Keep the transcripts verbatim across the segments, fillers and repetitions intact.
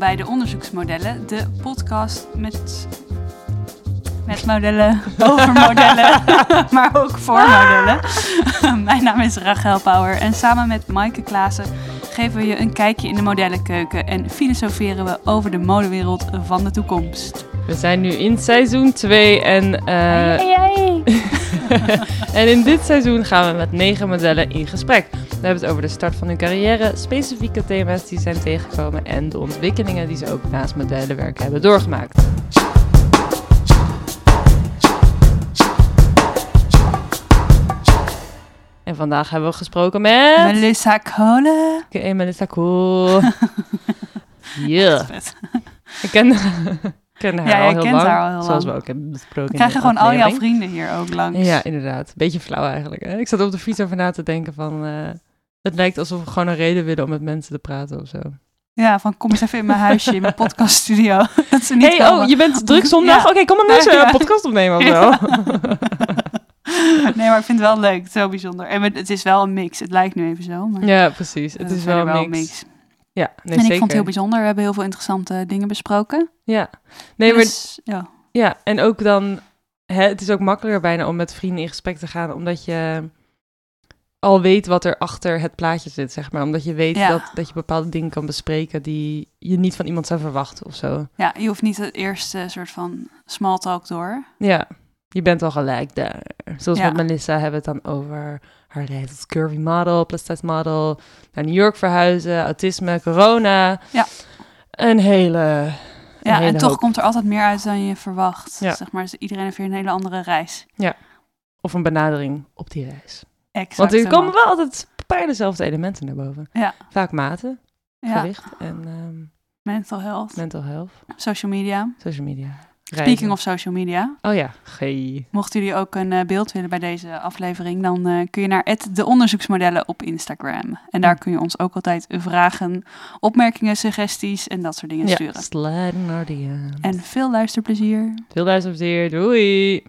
bij De Onderzoeksmodellen, de podcast met, met modellen, over modellen, maar ook voor modellen. Mijn naam is Rachel Power en samen met Maaike Klaassen geven we je een kijkje in de modellenkeuken en filosoferen we over de modewereld van de toekomst. We zijn nu in seizoen twee en, uh, hey, hey, hey. en in dit seizoen gaan we met negen modellen in gesprek. We hebben het over de start van hun carrière, specifieke thema's die zijn tegengekomen en de ontwikkelingen die ze ook naast modellenwerk hebben doorgemaakt. En vandaag hebben we gesproken met... Melissa Kolen. Oké, okay, Melissa Kool. Yeah. Ik ken, ken haar ja, al heel kent lang, haar al heel zoals lang. we ook hebben besproken. We krijgen gewoon al jouw vrienden hier ook langs. Ja, inderdaad. Beetje flauw eigenlijk. Hè? Ik zat op de fiets over na te denken van... Uh, het lijkt alsof we gewoon een reden willen om met mensen te praten of zo. Ja, van kom eens even in mijn huisje, in mijn podcaststudio. Dat ze niet hey, komen. Oh, je bent druk zondag? Ja. Oké, okay, kom maar mensen ja, ja. een podcast opnemen of zo. Nee, maar ik vind het wel leuk. Zo bijzonder. En het is wel een mix. Het lijkt nu even zo. Maar ja, precies. Het is wel een mix. mix. Ja, nee, en zeker. ik vond het heel bijzonder. We hebben heel veel interessante dingen besproken. Ja. Nee, dus, maar... Ja. ja, en ook dan... Hè, het is ook makkelijker bijna om met vrienden in gesprek te gaan, omdat je al weet wat er achter het plaatje zit, zeg maar. Omdat je weet ja. dat, dat je bepaalde dingen kan bespreken die je niet van iemand zou verwachten of zo. Ja, je hoeft niet het eerste soort van small talk door. Ja, je bent al gelijk daar. Zoals ja. met Melissa hebben we het dan over haar reis als curvy model, plus size model, naar New York verhuizen, autisme, corona. Ja. Een hele... Een ja, hele en toch hoop. komt er altijd meer uit dan je verwacht. Ja. Zeg maar, dus iedereen heeft weer een hele andere reis. Ja, of een benadering op die reis. Exact. Want er komen wel altijd een paar dezelfde elementen naar boven. Ja. Vaak maten, ja. gewicht en... Um, mental health. Mental health. Social media. Social media. Reizen. Speaking of social media. Oh ja, hey. Mochten jullie ook een uh, beeld willen bij deze aflevering, dan uh, kun je naar at de onderzoeksmodellen op Instagram. En daar kun je ons ook altijd vragen, opmerkingen, suggesties en dat soort dingen ja, sturen. Slide naar D M's. En veel luisterplezier. Veel luisterplezier. Doei.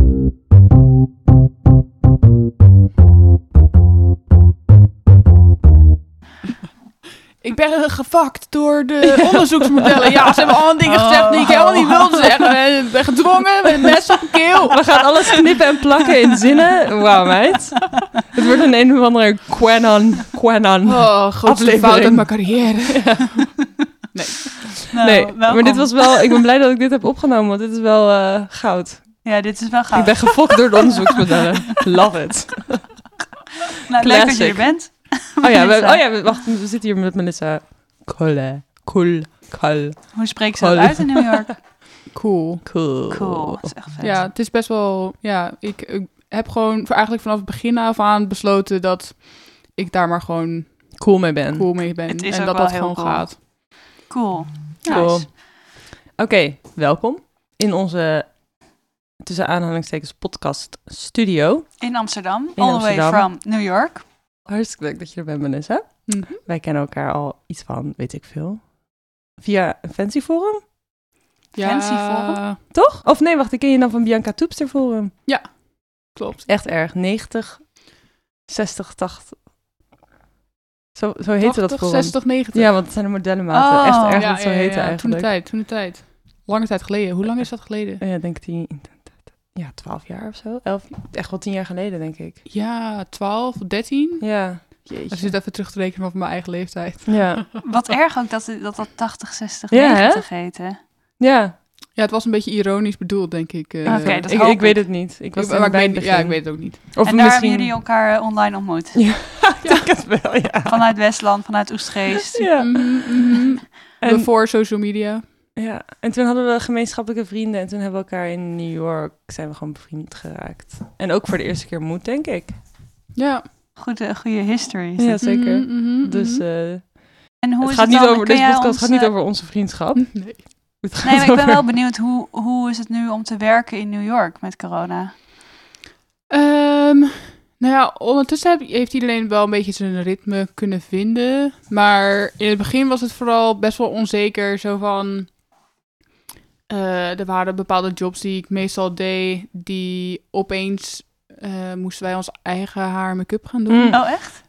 Ik ben gefakt door de onderzoeksmodellen. Ja, ze hebben allemaal dingen gezegd die ik helemaal niet wilde zeggen. Ik ben gedwongen met een mes op mijn keel. We gaan alles knippen en plakken in zinnen. Wauw, meid. Het wordt een een of andere Quanon, Quanon Oh, grootste fout uit mijn carrière. Ja. Nee, nou, nee maar dit was wel... Ik ben blij dat ik dit heb opgenomen, want dit is wel uh, goud. Ja, dit is wel goud. Ik ben gefokt door de onderzoeksmodellen. Love it. Nou, leuk dat je er bent. Oh ja, we, oh ja, wacht, we zitten hier met Melissa Kool. Kool. Kool. Hoe spreek je dat uit in New York? Cool. Cool. Cool, dat is echt vet. Ja, het is best wel... Ja, ik, ik heb gewoon voor eigenlijk vanaf het begin af aan besloten dat ik daar maar gewoon cool mee ben. Cool mee ben. Het is en ook dat wel dat heel gewoon cool. gaat. Cool. Cool. Nice. Oké, okay, welkom in onze tussen aanhalingstekens podcast studio. In Amsterdam. In all Amsterdam. the way from New York. Hartstikke leuk dat je er bent, Vanessa. Mm-hmm. Wij kennen elkaar al iets van, weet ik veel. Via een fancy forum? Ja. Fancy forum? Toch? Of nee, wacht, ik ken je dan van Bianca Toepster forum. Ja, klopt. Echt erg. negentig, zestig, tachtig. Zo, zo heette tachtig, dat forum. zestig, negentig. Ja, want het zijn de modellenmaten. Oh. Echt erg ja, dat het zo ja, heette ja, eigenlijk. Toen de tijd, toen de tijd. Lange tijd geleden. Hoe lang is dat geleden? Ja, denk tien, ja, twaalf jaar of zo. Elf, echt wel tien jaar geleden, denk ik. Ja, twaalf, dertien. Ja. Als je zit even terug te rekenen over mijn eigen leeftijd. Ja. Wat erg ook dat dat, dat tachtig, zestig, Ja, negentig heette. Ja. Ja, het was een beetje ironisch bedoeld, denk ik. Uh, Oké, okay, dat ik, hoop ik ik. weet het niet. Ik was maar, maar bij ik het weet, begin. ja, ik weet het ook niet. Of en daar misschien... hebben jullie elkaar uh, online ontmoet. Ja, ik denk het wel, ja. Vanuit Westland, vanuit Oestgeest. Ja. Mm-hmm, mm-hmm. En, voor social media. Ja, en toen hadden we gemeenschappelijke vrienden en toen hebben we elkaar in New York, zijn we gewoon bevriend geraakt. En ook voor de eerste keer ontmoet, denk ik. Ja. Goede, goede history. Ja, zeker. Mm-hmm, mm-hmm. Dus uh, en hoe het is gaat het niet dan? over, deze podcast ons, gaat niet uh, over onze vriendschap. Nee. Het gaat Nee, maar ik ben over- wel benieuwd, hoe, hoe is het nu om te werken in New York met corona? Um, nou ja, ondertussen heb, heeft iedereen wel een beetje zijn ritme kunnen vinden. Maar in het begin was het vooral best wel onzeker. Zo van... Uh, er waren bepaalde jobs die ik meestal deed, die opeens uh, moesten wij ons eigen haar en make-up gaan doen. Mm. Oh, echt?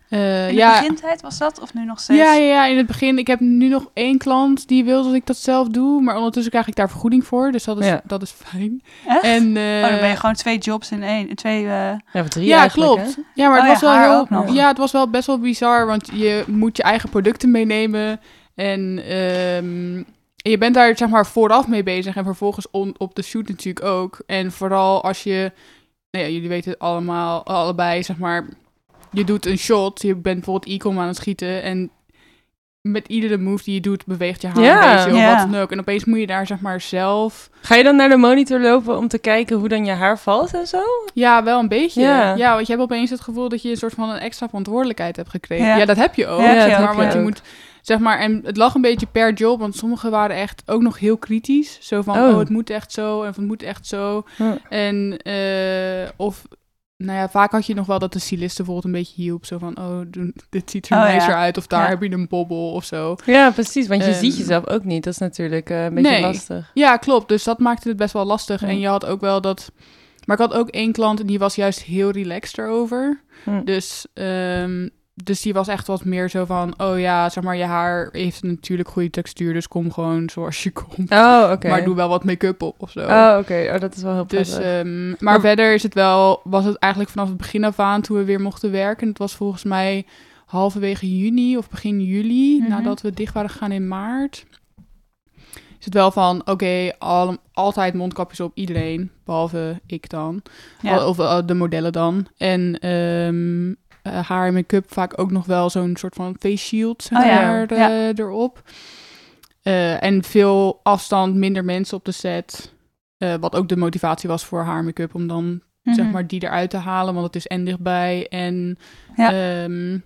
Uh, in de ja, begintijd was dat? Of nu nog steeds? Ja, ja, ja, in het begin. Ik heb nu nog één klant die wil dat ik dat zelf doe. Maar ondertussen krijg ik daar vergoeding voor. Dus dat is, ja. dat is fijn. Echt? En, uh, oh, dan ben je gewoon twee jobs in één. Twee, uh... Ja, drie ja eigenlijk, klopt. Hè? Ja, maar oh, het was ja, wel heel... ook nog. Ja, het was wel best wel bizar. Want je moet je eigen producten meenemen. En um, je bent daar zeg maar vooraf mee bezig. En vervolgens on, op de shoot natuurlijk ook. En vooral als je... Nou ja, jullie weten het allemaal, allebei, zeg maar... Je doet een shot, je bent bijvoorbeeld e-com aan het schieten... en met iedere move die je doet, beweegt je haar ja, een beetje of ja. wat dan ook. En opeens moet je daar zeg maar zelf... Ga je dan naar de monitor lopen om te kijken hoe dan je haar valt en zo? Ja, wel een beetje. Ja, ja want je hebt opeens het gevoel dat je een soort van een extra verantwoordelijkheid hebt gekregen. Ja, ja dat heb je ook. Ja, zeg maar, maar, want je moet... Zeg maar, en het lag een beetje per job, want sommige waren echt ook nog heel kritisch. Zo van, oh, oh het moet echt zo en het moet echt zo. Hm. En uh, of... Nou ja, vaak had je nog wel dat de styliste bijvoorbeeld een beetje hielp. Zo van, oh, dit ziet er oh, nicer ja. uit. Of daar ja. heb je een bobbel of zo. Ja, precies. Want je um, ziet jezelf ook niet. Dat is natuurlijk uh, een beetje nee. lastig. Ja, klopt. Dus dat maakte het best wel lastig. Ja. En je had ook wel dat... Maar ik had ook één klant en die was juist heel relaxed erover. Hm. Dus... Um, Dus die was echt wat meer zo van... Oh ja, zeg maar, je haar heeft natuurlijk goede textuur... dus kom gewoon zoals je komt. Oh, oké. Okay. Maar doe wel wat make-up op of zo. Oh, oké. Okay. Oh, dat is wel heel prettig. Dus, um, maar, maar verder is het wel... was het eigenlijk vanaf het begin af aan... toen we weer mochten werken. Het was volgens mij halverwege juni of begin juli... Mm-hmm. nadat we dicht waren gegaan in maart... is het wel van... Oké, okay, al, altijd mondkapjes op iedereen... behalve ik dan. Ja. Of uh, de modellen dan. En... Um, Uh, haar en make-up vaak ook nog wel zo'n soort van face shield zeg oh, maar, ja. de, ja. erop. Uh, en veel afstand, minder mensen op de set. Uh, wat ook de motivatie was voor haar make-up om dan mm-hmm. zeg maar die eruit te halen, want het is en dichtbij en ja. um,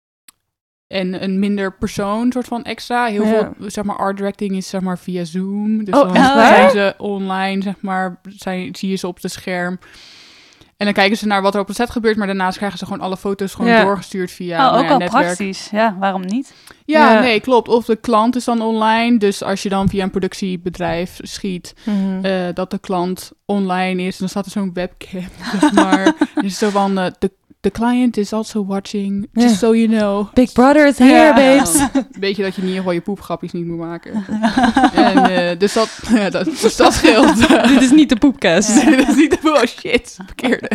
en een minder persoon soort van extra. Heel ja. veel zeg maar art directing is zeg maar via Zoom. Dus oh, dan oh, zijn ze online zeg maar, zijn, zie je ze op het scherm. En dan kijken ze naar wat er op het set gebeurt, maar daarnaast krijgen ze gewoon alle foto's gewoon ja. doorgestuurd via oh, nou ook ja, al netwerk. Praktisch. Ja, waarom niet? Ja, ja, nee, klopt. Of de klant is dan online. Dus als je dan via een productiebedrijf schiet, mm-hmm. uh, dat de klant online is, dan staat er zo'n webcam, zeg maar. Is het zo van, uh, de The client is also watching, just yeah. so you know. Big brother is here, yeah. babes. Weet je dat je in ieder geval je poepgrapjes niet moet maken. en, uh, dus, dat, ja, dat, dus dat scheelt. Dit is niet de poepkast. Ja. Dit is niet de poep. Oh shit, verkeerde.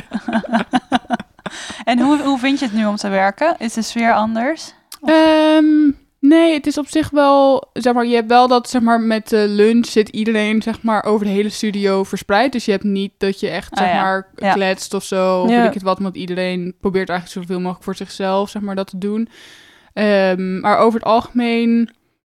En hoe, hoe vind je het nu om te werken? Is de sfeer anders? Um, nee, het is op zich wel... Zeg maar, je hebt wel dat, zeg maar, met de lunch zit iedereen, zeg maar, over de hele studio verspreid. Dus je hebt niet dat je echt, zeg oh, ja. maar, ja. kletst of zo. Of ja. weet ik het wat, want iedereen probeert eigenlijk zoveel mogelijk voor zichzelf, zeg maar, dat te doen. Um, maar over het algemeen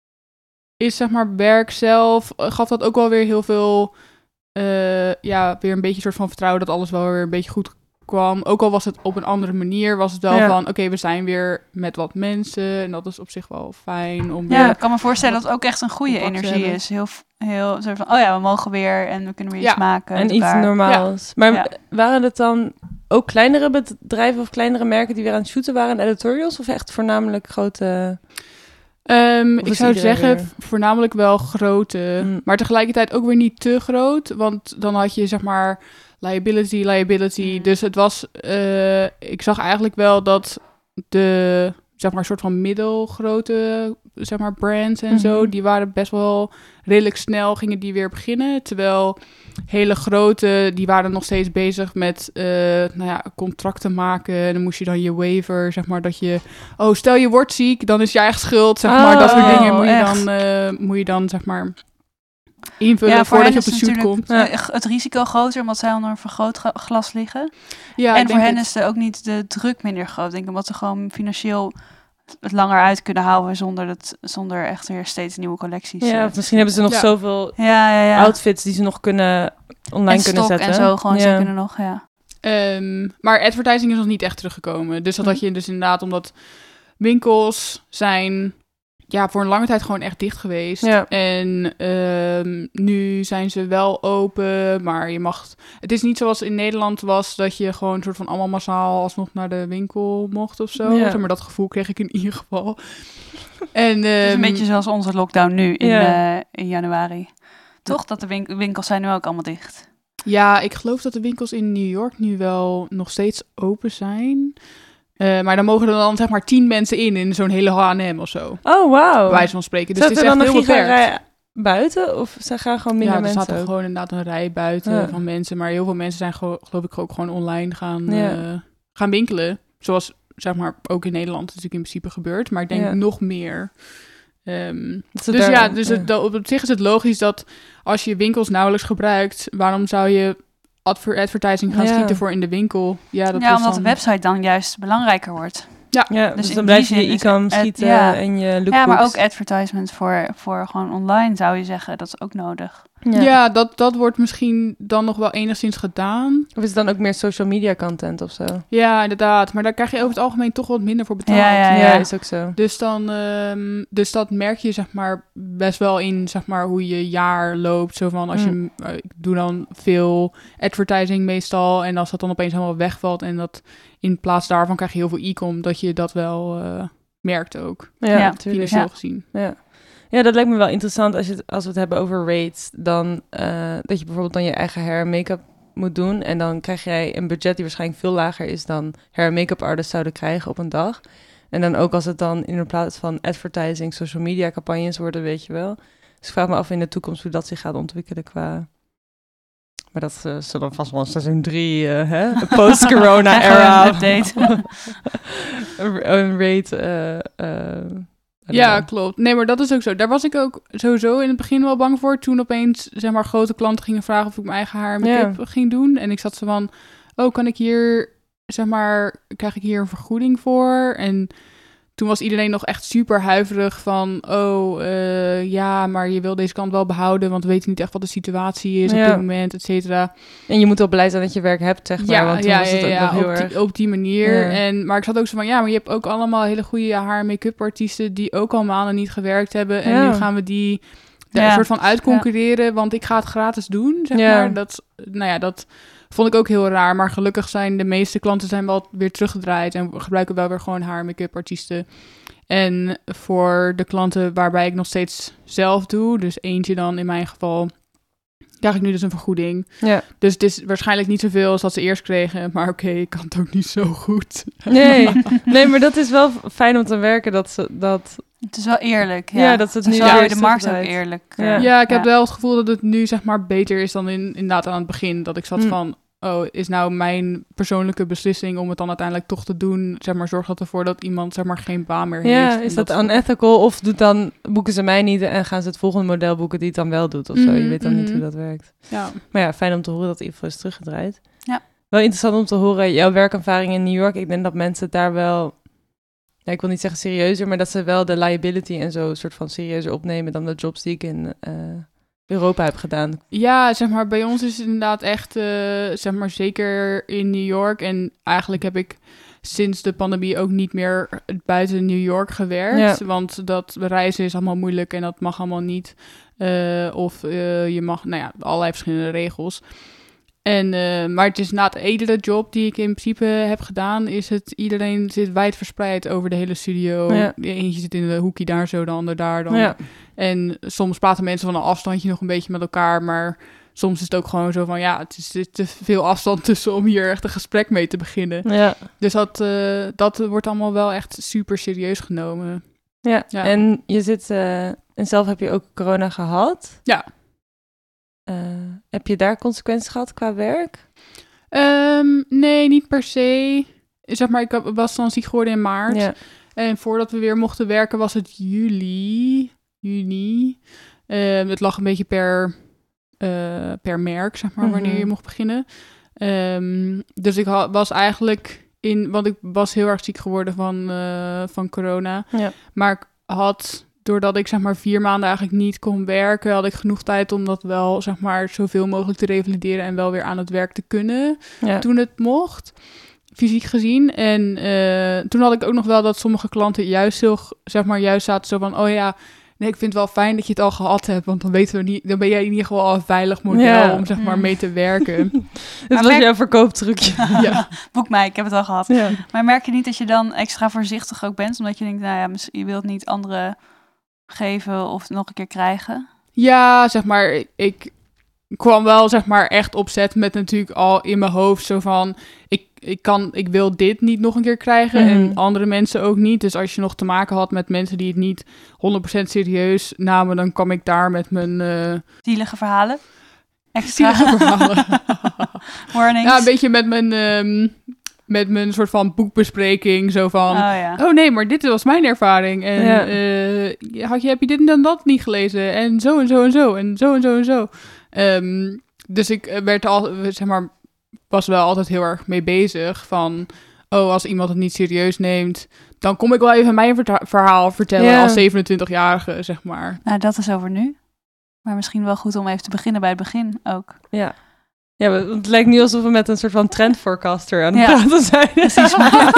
is, zeg maar, werk zelf... gaf dat ook wel weer heel veel... Uh, ja, weer een beetje soort van vertrouwen dat alles wel weer een beetje goed kwam. Ook al was het op een andere manier, was het wel ja. van... Oké, okay, we zijn weer met wat mensen. En dat is op zich wel fijn. Om ja, ik kan me voorstellen dat het ook echt een goede energie is. Heel, heel soort van, oh ja, we mogen weer en we kunnen weer ja. iets maken. En iets normaals. Ja. Maar ja. waren het dan ook kleinere bedrijven of kleinere merken die weer aan het shooten waren in editorials? Of echt voornamelijk grote... Um, ik zou zeggen weer? voornamelijk wel grote, mm. maar tegelijkertijd ook weer niet te groot, want dan had je zeg maar liability, liability. Mm. Dus het was, uh, ik zag eigenlijk wel dat de zeg maar soort van middelgrote zeg maar brands en mm-hmm. zo, die waren best wel redelijk snel gingen die weer beginnen, terwijl hele grote, die waren nog steeds bezig met uh, nou ja, contracten maken. En dan moest je dan je waiver, zeg maar, dat je... Oh, stel je wordt ziek, dan is je eigen schuld, zeg maar. Oh, dat soort dingen moet je, dan, uh, moet je dan, zeg maar, invullen ja, voordat je op de shoot komt. Ja. Het risico groter, omdat zij onder een vergrootglas liggen. Ja, en voor hen het. is er ook niet de druk minder groot, denk ik, omdat ze gewoon financieel het langer uit kunnen houden zonder, dat, zonder echt weer steeds nieuwe collecties. Ja, of misschien hebben ze nog ja. zoveel ja, ja, ja. outfits die ze nog kunnen online en kunnen zetten. En zo gewoon, ja. ze kunnen nog, ja. Um, maar advertising is nog niet echt teruggekomen. Dus dat had je dus inderdaad, omdat winkels zijn ja, voor een lange tijd gewoon echt dicht geweest. Ja. En um, nu zijn ze wel open, maar je mag... Het is niet zoals in Nederland was, dat je gewoon soort van allemaal massaal alsnog naar de winkel mocht of zo. Ja. Maar dat gevoel kreeg ik in ieder geval. En, um, het is een beetje zoals onze lockdown nu in, ja. uh, in januari. Toch? Dat de win- winkels zijn nu ook allemaal dicht. Ja, ik geloof dat de winkels in New York nu wel nog steeds open zijn. Uh, maar dan mogen er dan zeg maar tien mensen in, in zo'n hele H en M of zo. Oh, wauw. Bij wijze van spreken. Dus Zet het is er echt dan heel een beperkt. gigarij buiten? Of ze gaan gewoon minder ja, er mensen staat er ook? gewoon inderdaad een rij buiten Ja. van mensen. Maar heel veel mensen zijn gewoon, geloof ik ook gewoon online gaan, Ja. uh, gaan winkelen. Zoals zeg maar ook in Nederland natuurlijk in principe gebeurt. Maar ik denk Ja. nog meer. Um, dus daar, ja, dus ja. Het, op, op zich is het logisch dat als je winkels nauwelijks gebruikt, waarom zou je adver- advertising gaan Ja. schieten voor in de winkel? Ja, dat ja is omdat dan... de website dan juist belangrijker wordt. Ja, Ja, dus dus, in dan die blijf je zin je is e-com het- schieten ja. en je lookbooks. Ja, maar ook advertisement voor, voor gewoon online zou je zeggen, dat is ook nodig. ja. ja dat, dat wordt misschien dan nog wel enigszins gedaan. Of is het dan ook meer social media content of zo? Ja, inderdaad. Maar daar krijg je over het algemeen toch wat minder voor betaald. Ja, ja, Ja, is ook zo. Dus, dan, um, dus dat merk je zeg maar best wel in zeg maar, hoe je jaar loopt. Zo van als Mm. je, uh, ik doe dan veel advertising meestal. En als dat dan opeens helemaal wegvalt en dat in plaats daarvan krijg je heel veel e-com, dat je dat wel uh, merkt ook. Ja, Ja, natuurlijk. Financieel Ja. gezien. Ja. ja, dat lijkt me wel interessant als, je het, als we het hebben over rates. Dan uh, dat je bijvoorbeeld dan je eigen hair en make-up moet doen. En dan krijg jij een budget die waarschijnlijk veel lager is dan hair en make-up artists zouden krijgen op een dag. En dan ook als het dan in plaats van advertising, social media campagnes worden, weet je wel. Dus ik vraag me af in de toekomst hoe dat zich gaat ontwikkelen qua... Maar dat uh, zal dan vast wel seizoen drie, uh, hè? Post-corona era. Een update. Een rate... Uh, uh, Ja, klopt. Nee, maar dat is ook zo. Daar was ik ook sowieso in het begin wel bang voor. Toen opeens, zeg maar, grote klanten gingen vragen of ik mijn eigen haar en make-up Ja. ging doen. En ik zat zo van, oh, kan ik hier, zeg maar, krijg ik hier een vergoeding voor? En toen was iedereen nog echt super huiverig van, oh, uh, ja, maar je wil deze klant wel behouden, want we weten niet echt wat de situatie is Ja. op dit moment, et cetera. En je moet wel blij zijn dat je werk hebt, zeg maar. Ja, want toen ja, was het ja, ook ja, nog heel op, erg... die, op die manier. Ja. En, maar ik zat ook zo van, ja, maar je hebt ook allemaal hele goede haar- en make-up artiesten die ook al maanden niet gewerkt hebben. En Ja. nu gaan we die daar Ja. een soort van uitconcurreren, want ik ga het gratis doen, zeg Ja. maar. Dat, nou ja, dat vond ik ook heel raar. Maar gelukkig zijn de meeste klanten zijn wel weer teruggedraaid en gebruiken wel weer gewoon haar- en make-up artiesten. En voor de klanten waarbij ik nog steeds zelf doe, dus eentje dan in mijn geval, krijg ik nu dus een vergoeding. Ja. Dus het is waarschijnlijk niet zoveel als dat ze eerst kregen. Maar oké, okay, ik kan het ook niet zo goed. Nee. nee, maar dat is wel fijn om te werken dat ze dat... Het is wel eerlijk. Ja, Ja, dat ze het Dan nu zou je eerst de markt ook terugdraait. eerlijk. Ja. uh, Ja, ik heb wel het gevoel dat het nu zeg maar beter is dan in, inderdaad aan het begin. Dat ik zat Mm. van, oh, is nou mijn persoonlijke beslissing om het dan uiteindelijk toch te doen? Zeg maar, zorgt dat ervoor dat iemand zeg maar geen baan meer heeft. Ja, En is dat unethical? Of doet dan, boeken ze mij niet en gaan ze het volgende model boeken die het dan wel doet of zo? Je Mhm, weet dan niet mhm. hoe dat werkt. Ja. Maar ja, fijn om te horen dat Ivo is teruggedraaid. Ja. Wel interessant om te horen, jouw werkervaring in New York. Ik denk dat mensen het daar wel... Ja, ik wil niet zeggen serieuzer, maar dat ze wel de liability en zo een soort van serieuzer opnemen dan de jobs die ik in uh, Europa heb gedaan. Ja, zeg maar, bij ons is het inderdaad echt, uh, zeg maar, zeker in New York. En eigenlijk heb ik sinds de pandemie ook niet meer buiten New York gewerkt. Ja. Want dat reizen is allemaal moeilijk en dat mag allemaal niet. Uh, of uh, je mag, nou ja, allerlei verschillende regels. En, uh, maar het is na het edele job die ik in principe heb gedaan, is het, iedereen zit wijd verspreid over de hele studio. Ja. Eentje zit in de hoekje daar zo, de ander daar dan. Ja. En soms praten mensen van een afstandje nog een beetje met elkaar, maar soms is het ook gewoon zo van, ja, het is, het is te veel afstand tussen om hier echt een gesprek mee te beginnen. Ja. Dus dat, uh, dat wordt allemaal wel echt super serieus genomen. Ja, Ja. en je zit, uh, en zelf heb je ook corona gehad. Ja. Uh, heb je daar consequenties gehad qua werk? Um, nee, niet per se. Zeg maar, ik was dan ziek geworden in maart. Ja. En voordat we weer mochten werken was het juli, juni. Uh, het lag een beetje per, uh, per merk, zeg maar, Mm-hmm. wanneer je mocht beginnen. Um, dus ik ha- was eigenlijk in, want ik was heel erg ziek geworden van, uh, van corona. Ja. Maar ik had, doordat ik zeg maar vier maanden eigenlijk niet kon werken, had ik genoeg tijd om dat wel, zeg maar, zoveel mogelijk te revalideren en wel weer aan het werk te kunnen Ja. toen het mocht. Fysiek gezien. En uh, toen had ik ook nog wel dat sommige klanten juist heel, zeg maar, juist zaten zo van, oh ja, nee, ik vind het wel fijn dat je het al gehad hebt, want dan weten we niet, dan ben jij in ieder geval al een veilig model Ja. om, zeg maar, mee te werken. Dit was merk- jouw verkooptrucje. Ja. Boek mij, ik heb het al gehad. Ja. Maar merk je niet dat je dan extra voorzichtig ook bent? Omdat je denkt, nou ja, mis- je wilt niet anderen geven of nog een keer krijgen? Ja, zeg maar, ik, kwam wel, zeg maar, echt opzet met natuurlijk al in mijn hoofd zo van... Ik, ik, kan, ik wil dit niet nog een keer krijgen Mm. en andere mensen ook niet. Dus als je nog te maken had met mensen die het niet honderd procent serieus namen... dan kwam ik daar met mijn... Uh, Zielige verhalen? Extra zielige verhalen. Warnings? Ja, een beetje met mijn... Um, met mijn soort van boekbespreking, zo van... Oh, ja. oh nee, maar dit was mijn ervaring. En Ja. uh, had je, heb je dit en dat niet gelezen? En zo en zo en zo. En zo en zo en zo. Um, dus ik werd al, zeg maar, was wel altijd heel erg mee bezig. Van, oh, als iemand het niet serieus neemt... dan kom ik wel even mijn verta- verhaal vertellen Ja. als zevenentwintigjarige, zeg maar. Nou, dat is over nu. Maar misschien wel goed om even te beginnen bij het begin ook. Ja. Ja, want het lijkt nu alsof we met een soort van trendforecaster aan het Ja. praten zijn. Precies.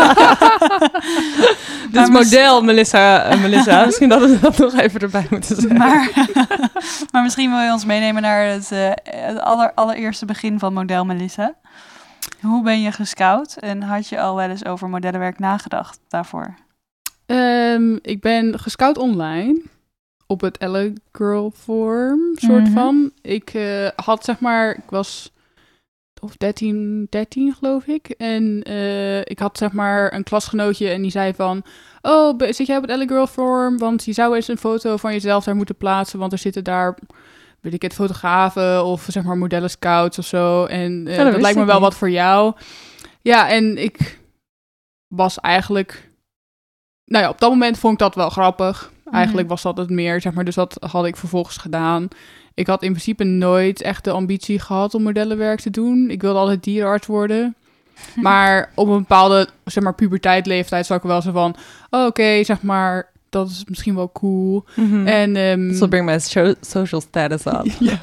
Dus model, Melissa, uh, Melissa. Misschien dat we dat nog even erbij moeten zeggen. Maar, maar misschien wil je ons meenemen naar het, uh, het aller, allereerste begin van model Melissa. Hoe ben je gescout en had je al wel eens over modellenwerk nagedacht daarvoor? Um, ik ben gescout online op het Elle Girl Forum, soort Mm-hmm. van. Ik uh, had, zeg maar, ik was of dertien, dertien geloof ik. En uh, ik had, zeg maar, een klasgenootje en die zei van... oh, zit jij op het Elle Girl Forum? Want je zou eens een foto van jezelf daar moeten plaatsen, want er zitten daar... weet ik het, fotografen of, zeg maar, modellen scouts of zo. En uh, ja, dat, dat lijkt me wel niet. wat voor jou. Ja, en ik was eigenlijk... Nou ja, op dat moment vond ik dat wel grappig. Eigenlijk was dat het meer, zeg maar. Dus dat had ik vervolgens gedaan. Ik had in principe nooit echt de ambitie gehad om modellenwerk te doen. Ik wilde altijd dierenarts worden. Maar op een bepaalde, zeg maar, puberteitleeftijd zag ik wel zo van... oh, oké, okay, zeg maar, dat is misschien wel cool. Mm-hmm. En... Um, dat zal bring my so- social status up. Ja.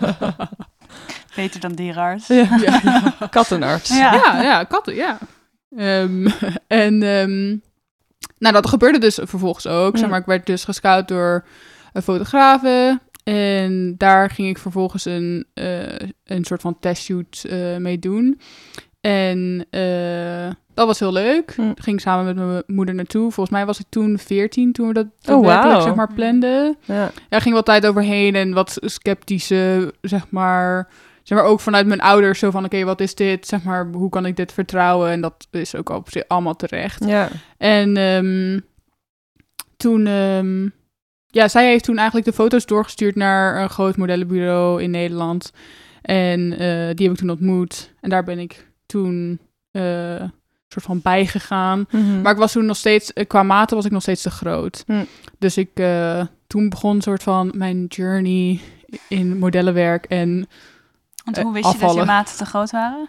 Beter dan dierenarts. Ja. Ja, ja. Kattenarts. Ja. Ja, ja, katten, ja. Um, en um, nou, dat gebeurde dus vervolgens ook. Mm. Zeg maar, ik werd dus gescout door een fotografe. En daar ging ik vervolgens een, uh, een soort van testshoot uh, mee doen. En uh, dat was heel leuk. Mm. Ik ging samen met mijn moeder naartoe. Volgens mij was ik toen veertien toen we dat Oh, wow. zeg maar, planden. Ja. Er ging wat tijd overheen en wat sceptische, zeg maar... Zeg maar ook vanuit mijn ouders zo van... oké, okay, wat is dit? Zeg maar, hoe kan ik dit vertrouwen? En dat is ook op zich allemaal terecht. Ja. En um, toen... Um, ja, zij heeft toen eigenlijk de foto's doorgestuurd... naar een groot modellenbureau in Nederland. En uh, die heb ik toen ontmoet. En daar ben ik toen... Uh, soort van bijgegaan. Mm-hmm. Maar ik was toen nog steeds... qua mate was ik nog steeds te groot. Mm. Dus ik... Uh, toen begon soort van mijn journey... in modellenwerk en... Want hoe wist afvallen. je dat je maten te groot waren?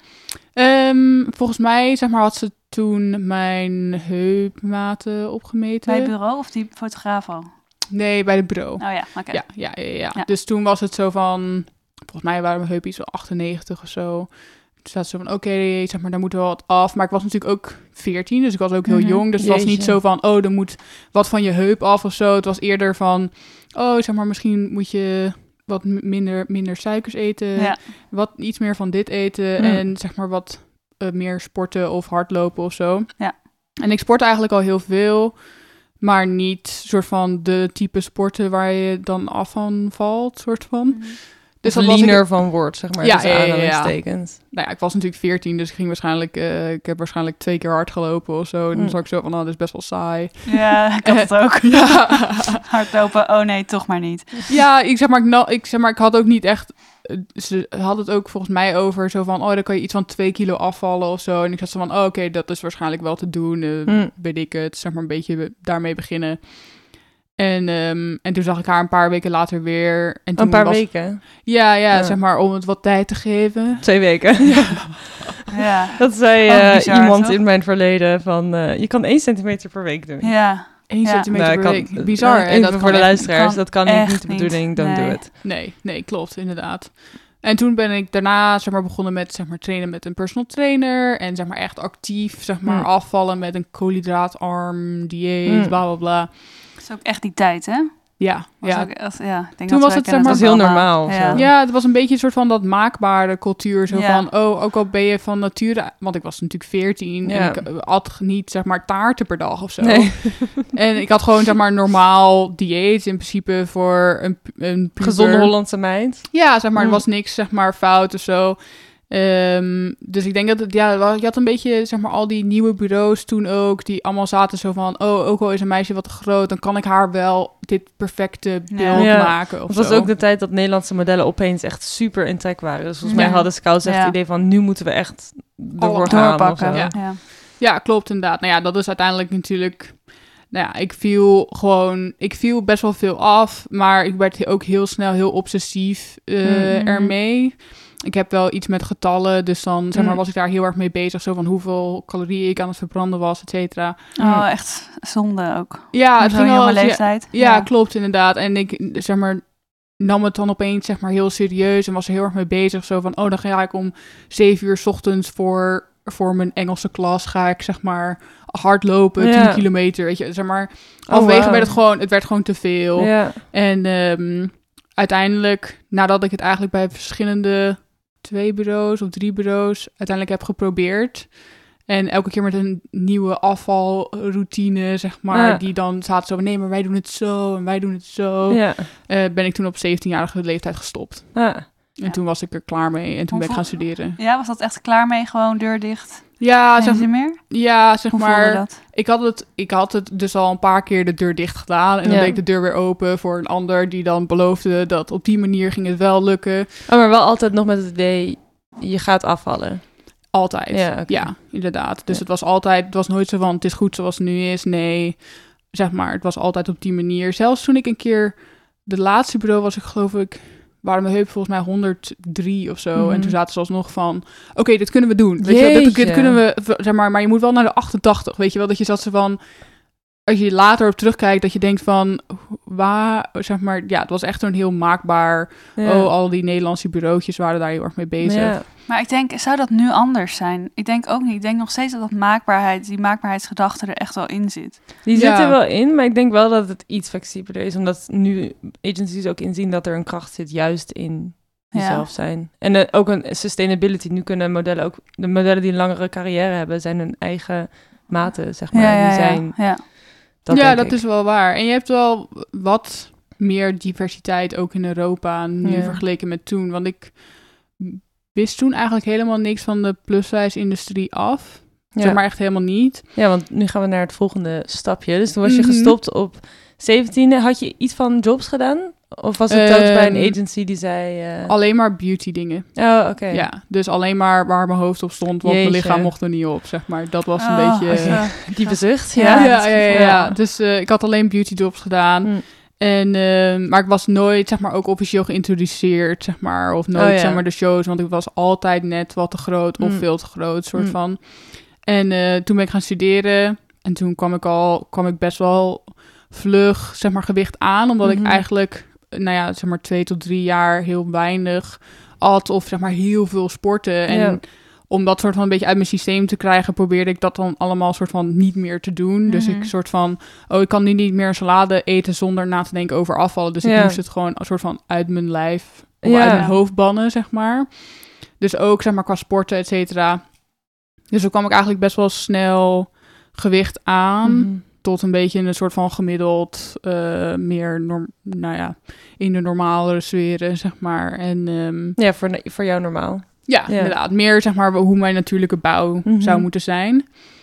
Um, volgens mij, zeg maar, had ze toen mijn heupmaten opgemeten. Bij het bureau of die fotograaf al? Nee, bij het bureau. Oh ja, oké. Okay. Ja, ja, ja, ja, ja. Dus toen was het zo van... Volgens mij waren mijn heupen iets van achtennegentig of zo. Toen staat ze van, oké, okay, zeg maar, daar moet wel wat af. Maar ik was natuurlijk ook veertien, dus ik was ook heel Mm-hmm. jong. Dus het was niet zo van, oh, er moet wat van je heup af of zo. Het was eerder van, oh, zeg maar, misschien moet je... wat minder, minder suikers eten, Ja. wat iets meer van dit eten Mm. en zeg maar wat uh, meer sporten of hardlopen of zo. Ja. En ik sport eigenlijk al heel veel, maar niet soort van de type sporten waar je dan af van valt, soort van. Mm. Dus Dus dat was leaner ik, van wordt, zeg maar. Ja, dus ja, ja, ja. aanhalingstekens. nou ja, ik was natuurlijk veertien, dus ik ging waarschijnlijk, uh, ik heb waarschijnlijk twee keer hard gelopen of zo. En dan Mm. zag ik zo van, oh, dit is best wel saai. Ja, ik had het ook. Ja. Hardlopen, oh nee, toch maar niet. Ja, ik zeg maar, ik, no, ik zeg maar, ik had ook niet echt... Ze had het ook volgens mij over zo van... oh, dan kan je iets van twee kilo afvallen of zo. En ik zat zo van, oh, oké, okay, dat is waarschijnlijk wel te doen. Uh, Mm. Weet ik het, zeg maar een beetje daarmee beginnen. En, um, en toen zag ik haar een paar weken later weer. En toen Een paar was, weken? Ja, ja, Ja. zeg maar om het wat tijd te geven. Twee weken. Ja. Ja, Dat zei Oh, uh, bizar, iemand toch? in mijn verleden van... Uh, je kan één centimeter per week doen. ja. Eén Ja. centimeter Nou, per kan- week. Bizar. uh, en even dat voor kan de echt- luisteraars. kan Dat kan echt niet de niet. bedoeling. Don't Nee. do it. Nee, nee, klopt, inderdaad. En toen ben ik daarna zeg maar, begonnen met zeg maar, trainen met een personal trainer. En zeg maar, echt actief zeg maar, Mm. afvallen met een koolhydraatarm dieet, Mm. bla bla bla. Dat is ook echt die tijd, hè? Ja, Was ja. Ook, als, ja ik denk Toen dat was het, zeg Dat maar, was heel normaal. Ja. Ja, het was een beetje een soort van dat maakbare cultuur. Zo Ja. van, oh, ook al ben je van nature... Want ik was natuurlijk veertien Ja. en ik at niet, zeg maar, taarten per dag of zo. Nee. En ik had gewoon, zeg maar, normaal dieet in principe voor een, een puber. Gezonde Hollandse meid. Ja, zeg maar, er Mm. was niks, zeg maar, fout of zo. Um, dus ik denk dat het, ja, je had een beetje, zeg maar, al die nieuwe bureaus toen ook, die allemaal zaten zo van, oh, ook al is een meisje wat te groot, dan kan ik haar wel dit perfecte beeld Ja. maken. Of Het was zo. ook de tijd dat Nederlandse modellen opeens echt super in trek waren. Dus volgens Ja. mij hadden scouts echt Ja. het idee van, nu moeten we echt ervoor Alle gaan. doorpakken. of zo. Ja. Ja. Ja, klopt inderdaad. Nou ja, dat is uiteindelijk natuurlijk... Nou ja, ik viel gewoon... Ik viel best wel veel af, maar ik werd ook heel snel heel obsessief uh, Mm. ermee. Ik heb wel iets met getallen, dus dan zeg maar, Mm. was ik daar heel erg mee bezig. Zo van hoeveel calorieën ik aan het verbranden was, et cetera. Oh, echt zonde ook. Ja, het Zo ging jonge wel... Ja, leeftijd. ja, klopt inderdaad. En ik, zeg maar... nam het dan opeens zeg maar heel serieus en was er heel erg mee bezig. Zo van, oh, dan ga ik om zeven uur 's ochtends voor, voor mijn Engelse klas ga ik zeg maar hardlopen, Ja. tien kilometer, weet je. Zeg maar, halverwege wow. werd het gewoon, het werd gewoon te veel. Ja. En um, uiteindelijk, nadat ik het eigenlijk bij verschillende twee bureaus of drie bureaus uiteindelijk heb geprobeerd. En elke keer met een nieuwe afvalroutine, zeg maar, Ja. die dan zaten zo van, nee, maar wij doen het zo en wij doen het zo. Ja. Uh, ben ik toen op zeventienjarige leeftijd gestopt. Ja. En Ja. toen was ik er klaar mee en toen ben ik gaan studeren. Ja, was dat echt klaar mee? Gewoon deur dicht? Ja, Geen zeg, zin meer? ja, zeg Hoe voelde maar, dat? ik had, het, ik had het dus al een paar keer de deur dicht gedaan. En dan Ja. deed ik de deur weer open voor een ander die dan beloofde dat op die manier ging het wel lukken. Oh, maar wel altijd nog met het idee, je gaat afvallen. Altijd. Ja, oké. Ja, inderdaad. Dus Ja. het was altijd, het was nooit zo van, het is goed zoals het nu is. Nee, zeg maar, het was altijd op die manier. Zelfs toen ik een keer, de laatste bureau was ik geloof ik, waren mijn heup volgens mij honderddrie of zo. Mhm. En toen zaten ze alsnog van, oké, okay, dit kunnen we doen. Weet je, dit, dit Jeetje. kunnen we, zeg maar, maar je moet wel naar de achtentachtig, weet je wel. Dat je zat zo van, als je later op terugkijkt, dat je denkt van, waar, zeg maar, ja, het was echt een heel maakbaar, Ja. oh, al die Nederlandse bureautjes waren daar heel erg mee bezig. Ja. Maar ik denk, zou dat nu anders zijn? Ik denk ook niet. Ik denk nog steeds dat dat maakbaarheid, die maakbaarheidsgedachte er echt wel in zit. Die Ja. zit er wel in, maar ik denk wel dat het iets flexibeler is. Omdat nu agencies ook inzien dat er een kracht zit juist in Ja. jezelf zijn. En uh, ook een sustainability. Nu kunnen modellen ook, de modellen die een langere carrière hebben, zijn hun eigen maten, zeg maar. Ja, ja, die ja. zijn, ja. dat ja, denk dat ik. is wel waar. En je hebt wel wat meer diversiteit ook in Europa nu Ja. vergeleken met toen. Want ik wist toen eigenlijk helemaal niks van de plus-size-industrie af. Ja. Zeg maar echt helemaal niet. Ja, want nu gaan we naar het volgende stapje. Dus toen was je Mhm. gestopt op zeventiende. Had je iets van jobs gedaan? Of was het telkens bij een Ehm, agency die zei... uh... Alleen maar beauty dingen. Oh, oké. Ja, dus alleen maar waar mijn hoofd op stond, want mijn Jeetje. lichaam mocht er niet op, zeg maar. Dat was een Oh, beetje... ja. Die bezucht, Ja, ja. Ja, dat ja, is ja, ja, gevoel. ja. Dus uh, ik had alleen beauty jobs gedaan. Mm. En, uh, maar ik was nooit, zeg maar, ook officieel geïntroduceerd, zeg maar. Of nooit, Oh, ja. zeg maar, de shows. Want ik was altijd net wat te groot of Mm. veel te groot, soort Mm. van. En uh, toen ben ik gaan studeren. En toen kwam ik al, kwam ik best wel vlug, zeg maar, gewicht aan. Omdat Mhm. ik eigenlijk, nou ja, zeg maar, twee tot drie jaar heel weinig at. Of, zeg maar, heel veel sporten. En... Ja. om dat soort van een beetje uit mijn systeem te krijgen, probeerde ik dat dan allemaal soort van niet meer te doen. Dus Mhm. ik soort van, oh, ik kan nu niet meer een salade eten zonder na te denken over afvallen. Dus Ja. ik moest het gewoon een soort van uit mijn lijf, of Ja. uit mijn hoofd bannen, zeg maar. Dus ook, zeg maar, qua sporten, et cetera. Dus toen kwam ik eigenlijk best wel snel gewicht aan, Mhm. tot een beetje een soort van gemiddeld, uh, meer, norm, nou ja, in de normale sferen, zeg maar. En um, Ja, voor, voor jou normaal. ja, Ja. inderdaad. Meer, zeg maar, hoe mijn natuurlijke bouw Mhm. zou moeten zijn.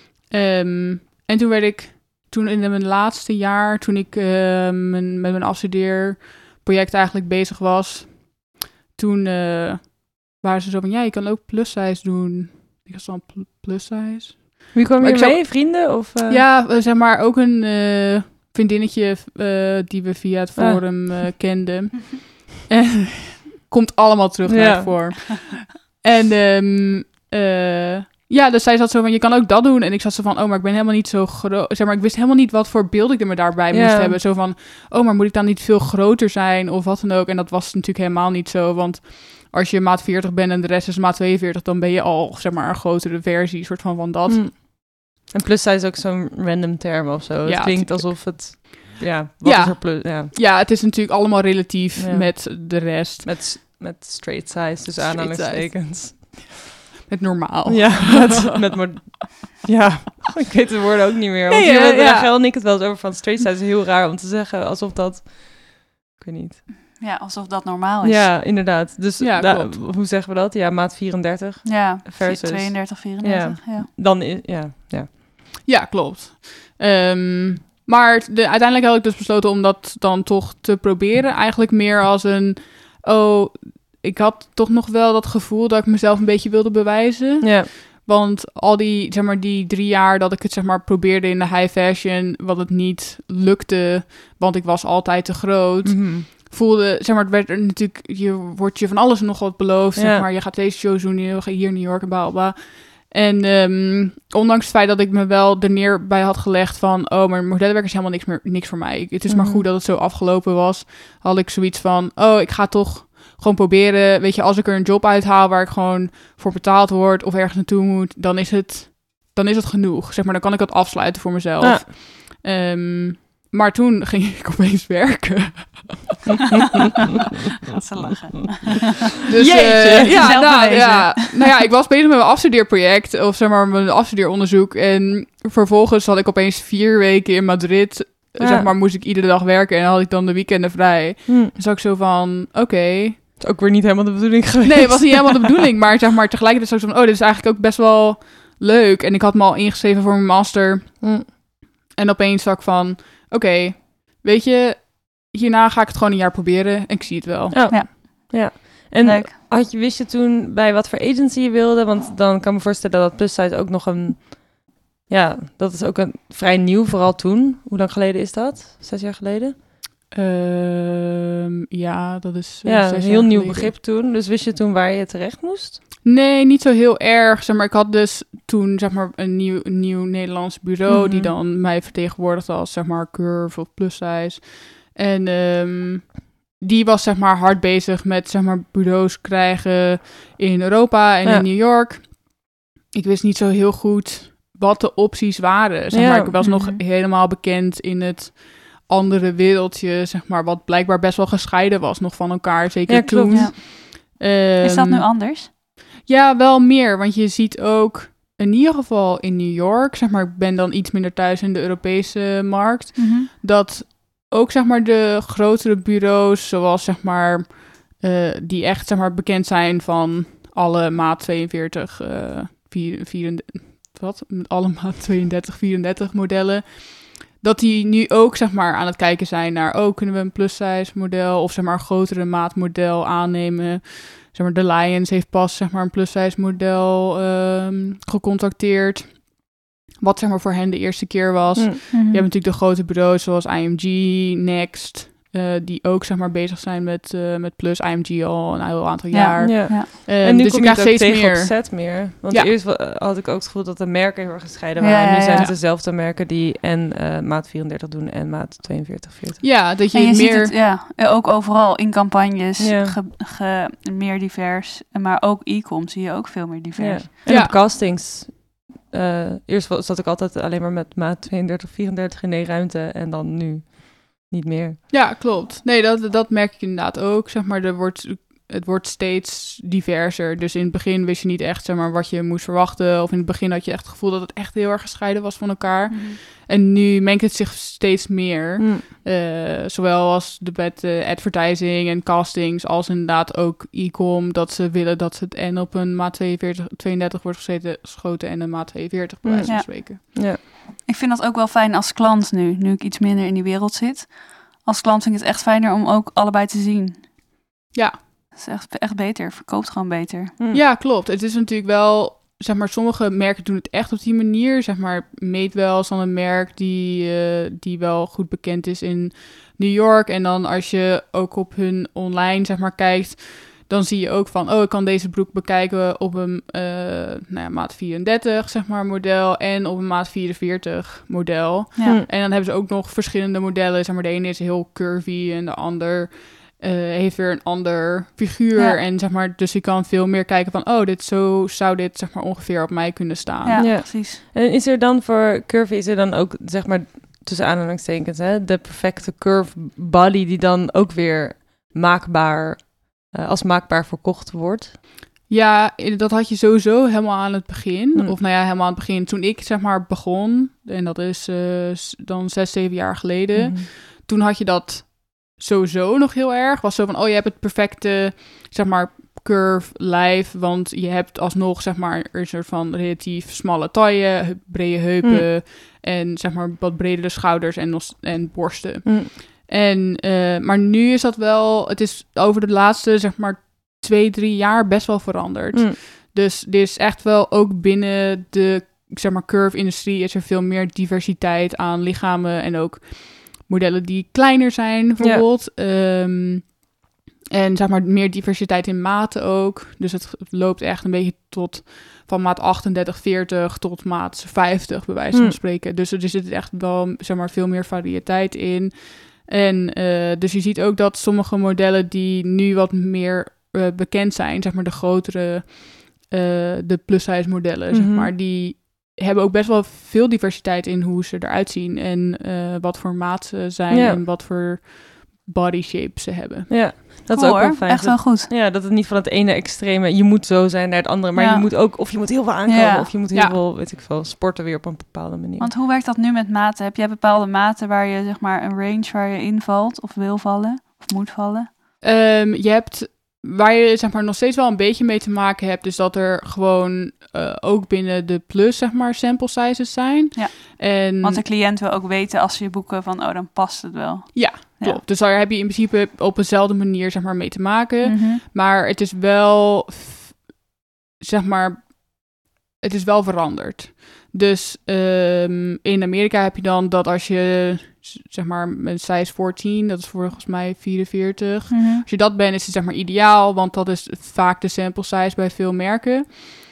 Um, en toen werd ik, toen in mijn laatste jaar, toen ik uh, mijn, met mijn afstudeerproject eigenlijk bezig was, toen uh, waren ze zo van, ja, je kan ook plus size doen. Ik was dan pl- plus size. Wie kwam Maar je ik zou- mee? Vrienden? Of, uh... Ja, uh, zeg maar, ook een uh, vriendinnetje uh, die we via het Ah. forum uh, kenden. En komt allemaal terug naar Ja. het forum. En um, uh, ja, dus zij zat zo van, je kan ook dat doen. En ik zat zo van, oh, maar ik ben helemaal niet zo groot. Zeg maar, ik wist helemaal niet wat voor beeld ik er me daarbij Ja. moest hebben. Zo van, oh, maar moet ik dan niet veel groter zijn of wat dan ook? En dat was natuurlijk helemaal niet zo, want als je maat veertig bent en de rest is maat tweeënveertig, dan ben je al, zeg maar, een grotere versie, soort van van dat. Mm. En plus size is ook zo'n random term of zo. Ja, het klinkt tuurlijk. alsof het ja, wat ja. is er plus? Ja. ja, het is natuurlijk allemaal relatief ja. met de rest. Met, met straight size, dus aanhalingstekens. Met normaal. Ja, met, met mo- ja, ik weet de woorden ook niet meer. Want Nee, hier uh, hebben ja. Rachel en ik het wel eens over van straight size. Is heel raar om te zeggen, alsof dat... Ik weet niet. Ja, alsof dat normaal is. Ja, inderdaad. Dus Ja, da- klopt. hoe zeggen we dat? Ja, maat vierendertig. Ja, Versus- tweeëndertig, vierendertig. Ja. Ja. Dan is... Ja, ja. Ja, klopt. Um, maar de, uiteindelijk had ik dus besloten om dat dan toch te proberen. Eigenlijk meer als een... Oh, ik had toch nog wel dat gevoel dat ik mezelf een beetje wilde bewijzen. Ja. Want al die, zeg maar, die drie jaar dat ik het zeg maar probeerde in de high fashion, wat het niet lukte, want ik was altijd te groot, Mm-hmm. voelde, zeg maar, het werd er natuurlijk, je wordt je van alles en nog wat beloofd, Ja. zeg maar, je gaat deze show doen, je gaat hier in New York en bla bla. En um, ondanks het feit dat ik me wel er neer bij had gelegd van, oh, maar modellenwerk is helemaal niks meer, niks voor mij. Het is Mm-hmm. maar goed dat het zo afgelopen was. Had ik zoiets van, oh, ik ga toch gewoon proberen, weet je, als ik er een job uithaal waar ik gewoon voor betaald word of ergens naartoe moet, dan is het, dan is het genoeg. Zeg maar, dan kan ik dat afsluiten voor mezelf. Ja. Um, maar toen ging ik opeens werken. Gaat ze lachen. Dus Jeetje, uh, ja, zelf nou, bewezen. ja, nou ja, ik was bezig met mijn afstudeerproject, of zeg maar mijn afstudeeronderzoek. En vervolgens had ik opeens vier weken in Madrid. Ja. Zeg maar, moest ik iedere dag werken en had ik dan de weekenden vrij. Hm. Dus zat ik zo van, oké. Okay. Het is ook weer niet helemaal de bedoeling geweest. Nee, het was niet helemaal de bedoeling. Maar zeg maar, tegelijkertijd zat ik zo van, oh, dit is eigenlijk ook best wel leuk. En ik had me al ingeschreven voor mijn master. Hm. En opeens zag ik van, oké, okay, weet je, hierna ga ik het gewoon een jaar proberen. En ik zie het wel. Ja. ja. ja. En leuk. Had je, wist je toen bij wat voor agency je wilde? Want dan kan ik me voorstellen dat plus size ook nog een... Ja, dat is ook een vrij nieuw, vooral toen. Hoe lang geleden is dat? Zes jaar geleden? Uh, ja, dat is uh, ja, zes een heel nieuw geleden. begrip toen. Dus wist je toen waar je terecht moest? Nee, niet zo heel erg. Zeg maar, ik had dus toen zeg maar, een, nieuw, een nieuw Nederlands bureau... Mm-hmm. die dan mij vertegenwoordigde als zeg maar, Curve of plus size. En um, die was zeg maar, hard bezig met zeg maar, bureaus krijgen in Europa en ja. in New York. Ik wist niet zo heel goed wat de opties waren. Zeg maar, ja. Ik was nog mm-hmm. helemaal bekend in het andere wereldje, zeg maar, wat blijkbaar best wel gescheiden was nog van elkaar, zeker ja, klopt, toen. Ja. Um, is dat nu anders? Ja, wel meer, want je ziet ook in ieder geval in New York, zeg maar, ik ben dan iets minder thuis in de Europese markt, mm-hmm. dat ook, zeg maar, de grotere bureaus, zoals, zeg maar, uh, die echt, zeg maar, bekend zijn van alle maat tweeënveertig, uh, vier, vierendertig, wat? Alle maat tweeëndertig, vierendertig modellen, dat die nu ook, zeg maar, aan het kijken zijn naar, oh, kunnen we een plus-size model of, zeg maar, een grotere maatmodel aannemen. Zeg maar, de Lions heeft pas, zeg maar, een plus-size model um, gecontacteerd. Wat, zeg maar, voor hen de eerste keer was. Mm-hmm. Je hebt natuurlijk de grote bureaus zoals I M G, Next, uh, die ook, zeg maar, bezig zijn met, uh, met plus. I M G al een heel aantal ja, jaar. Ja. Um, en nu dus kom ik je het ook steeds tegen meer. op set meer. Want ja. eerst had ik ook het gevoel dat de merken heel erg gescheiden waren. Ja, ja, nu zijn ja. het dezelfde merken die en uh, maat vierendertig doen en maat tweeënveertig, veertig. Ja, dat je, en je meer... ziet het ja, ook overal in campagnes, ja. ge, ge, meer divers. Maar ook e-com zie je ook veel meer divers. Ja. En ja. op castings... Uh, eerst zat ik altijd alleen maar met maat tweeëndertig, vierendertig in één ruimte en dan nu niet meer. Ja, klopt. Nee, dat, dat merk ik inderdaad ook. Zeg maar, er wordt, het wordt steeds diverser. Dus in het begin wist je niet echt, zeg maar, wat je moest verwachten. Of in het begin had je echt het gevoel dat het echt heel erg gescheiden was van elkaar. Mm-hmm. En nu mengt het zich steeds meer. Mm. Uh, zowel als de met uh, advertising en castings, als inderdaad ook e-com. Dat ze willen dat het en op een maat tweeënveertig, tweeëndertig wordt geschoten en een maat tweeënveertig, bij wijze van ja. spreken. Ja. Ik vind dat ook wel fijn als klant nu, nu ik iets minder in die wereld zit. Als klant vind ik het echt fijner om ook allebei te zien. Ja. Dat is echt, echt beter, verkoopt gewoon beter. Mm. Ja, klopt. Het is natuurlijk wel... Zeg maar, sommige merken doen het echt op die manier. Zeg maar, Madewell is dan een merk die, uh, die wel goed bekend is in New York. En dan als je ook op hun online, zeg maar, kijkt, dan zie je ook van, oh, ik kan deze broek bekijken op een uh, nou ja, maat vierendertig, zeg maar, model en op een maat vierenveertig model. Ja. En dan hebben ze ook nog verschillende modellen. Zeg maar, de ene is heel curvy en de ander... Uh, heeft weer een ander figuur. Ja. En zeg maar, dus je kan veel meer kijken van, oh, dit zo zou dit, zeg maar, ongeveer op mij kunnen staan. Ja, ja. precies. En is er dan voor curvy, is er dan ook, zeg maar, tussen aanhalingstekens, hè, de perfecte curve body die dan ook weer maakbaar, uh, als maakbaar verkocht wordt. Ja, dat had je sowieso helemaal aan het begin. Hmm. Of nou ja, helemaal aan het begin. Toen ik zeg maar begon, en dat is uh, dan zes, zeven jaar geleden. Mm. Toen had je dat sowieso nog heel erg. Was zo van, oh, je hebt het perfecte, zeg maar, curve lijf. Want je hebt alsnog, zeg maar, een soort van relatief smalle taille, brede heupen. Mm. En zeg maar wat bredere schouders en, en borsten. Mm. En, uh, maar nu is dat wel, het is over de laatste, zeg maar, twee, drie jaar best wel veranderd. Mm. Dus er is echt wel ook binnen de, zeg maar, curve-industrie is er veel meer diversiteit aan lichamen en ook modellen die kleiner zijn, bijvoorbeeld. Ja. Um, en zeg maar meer diversiteit in maten ook. Dus het loopt echt een beetje tot van maat achtendertig, veertig tot maat vijftig, bij wijze van mm. spreken. Dus er zit echt wel, zeg maar, veel meer variëteit in. En uh, dus je ziet ook dat sommige modellen die nu wat meer uh, bekend zijn, zeg maar de grotere, uh, de plus-size modellen, mm-hmm. zeg maar, die hebben ook best wel veel diversiteit in hoe ze eruit zien en uh, wat voor maat ze zijn ja. en wat voor body shape ze hebben. Ja, dat cool, is ook wel fijn. Echt wel goed. Ja, dat het niet van het ene extreme, je moet zo zijn naar het andere, maar ja. je moet ook, of je moet heel veel aankomen, ja. of je moet heel ja. veel, weet ik veel, sporten weer op een bepaalde manier. Want hoe werkt dat nu met maten? Heb jij bepaalde maten waar je, zeg maar, een range waar je invalt of wil vallen of moet vallen? Um, je hebt waar je, zeg maar, nog steeds wel een beetje mee te maken hebt, is dat er gewoon uh, ook binnen de plus, zeg maar, sample sizes zijn. Ja. En want de cliënt wil ook weten als ze je boeken van, oh, dan past het wel. Ja, klopt. Ja. Dus daar heb je in principe op dezelfde manier, zeg maar, mee te maken. Mm-hmm. Maar het is wel, zeg maar, het is wel veranderd. Dus um, in Amerika heb je dan dat als je, zeg maar, een size veertien, dat is volgens mij vierenveertig. Mm-hmm. Als je dat bent, is het, zeg maar, ideaal, want dat is vaak de sample size bij veel merken.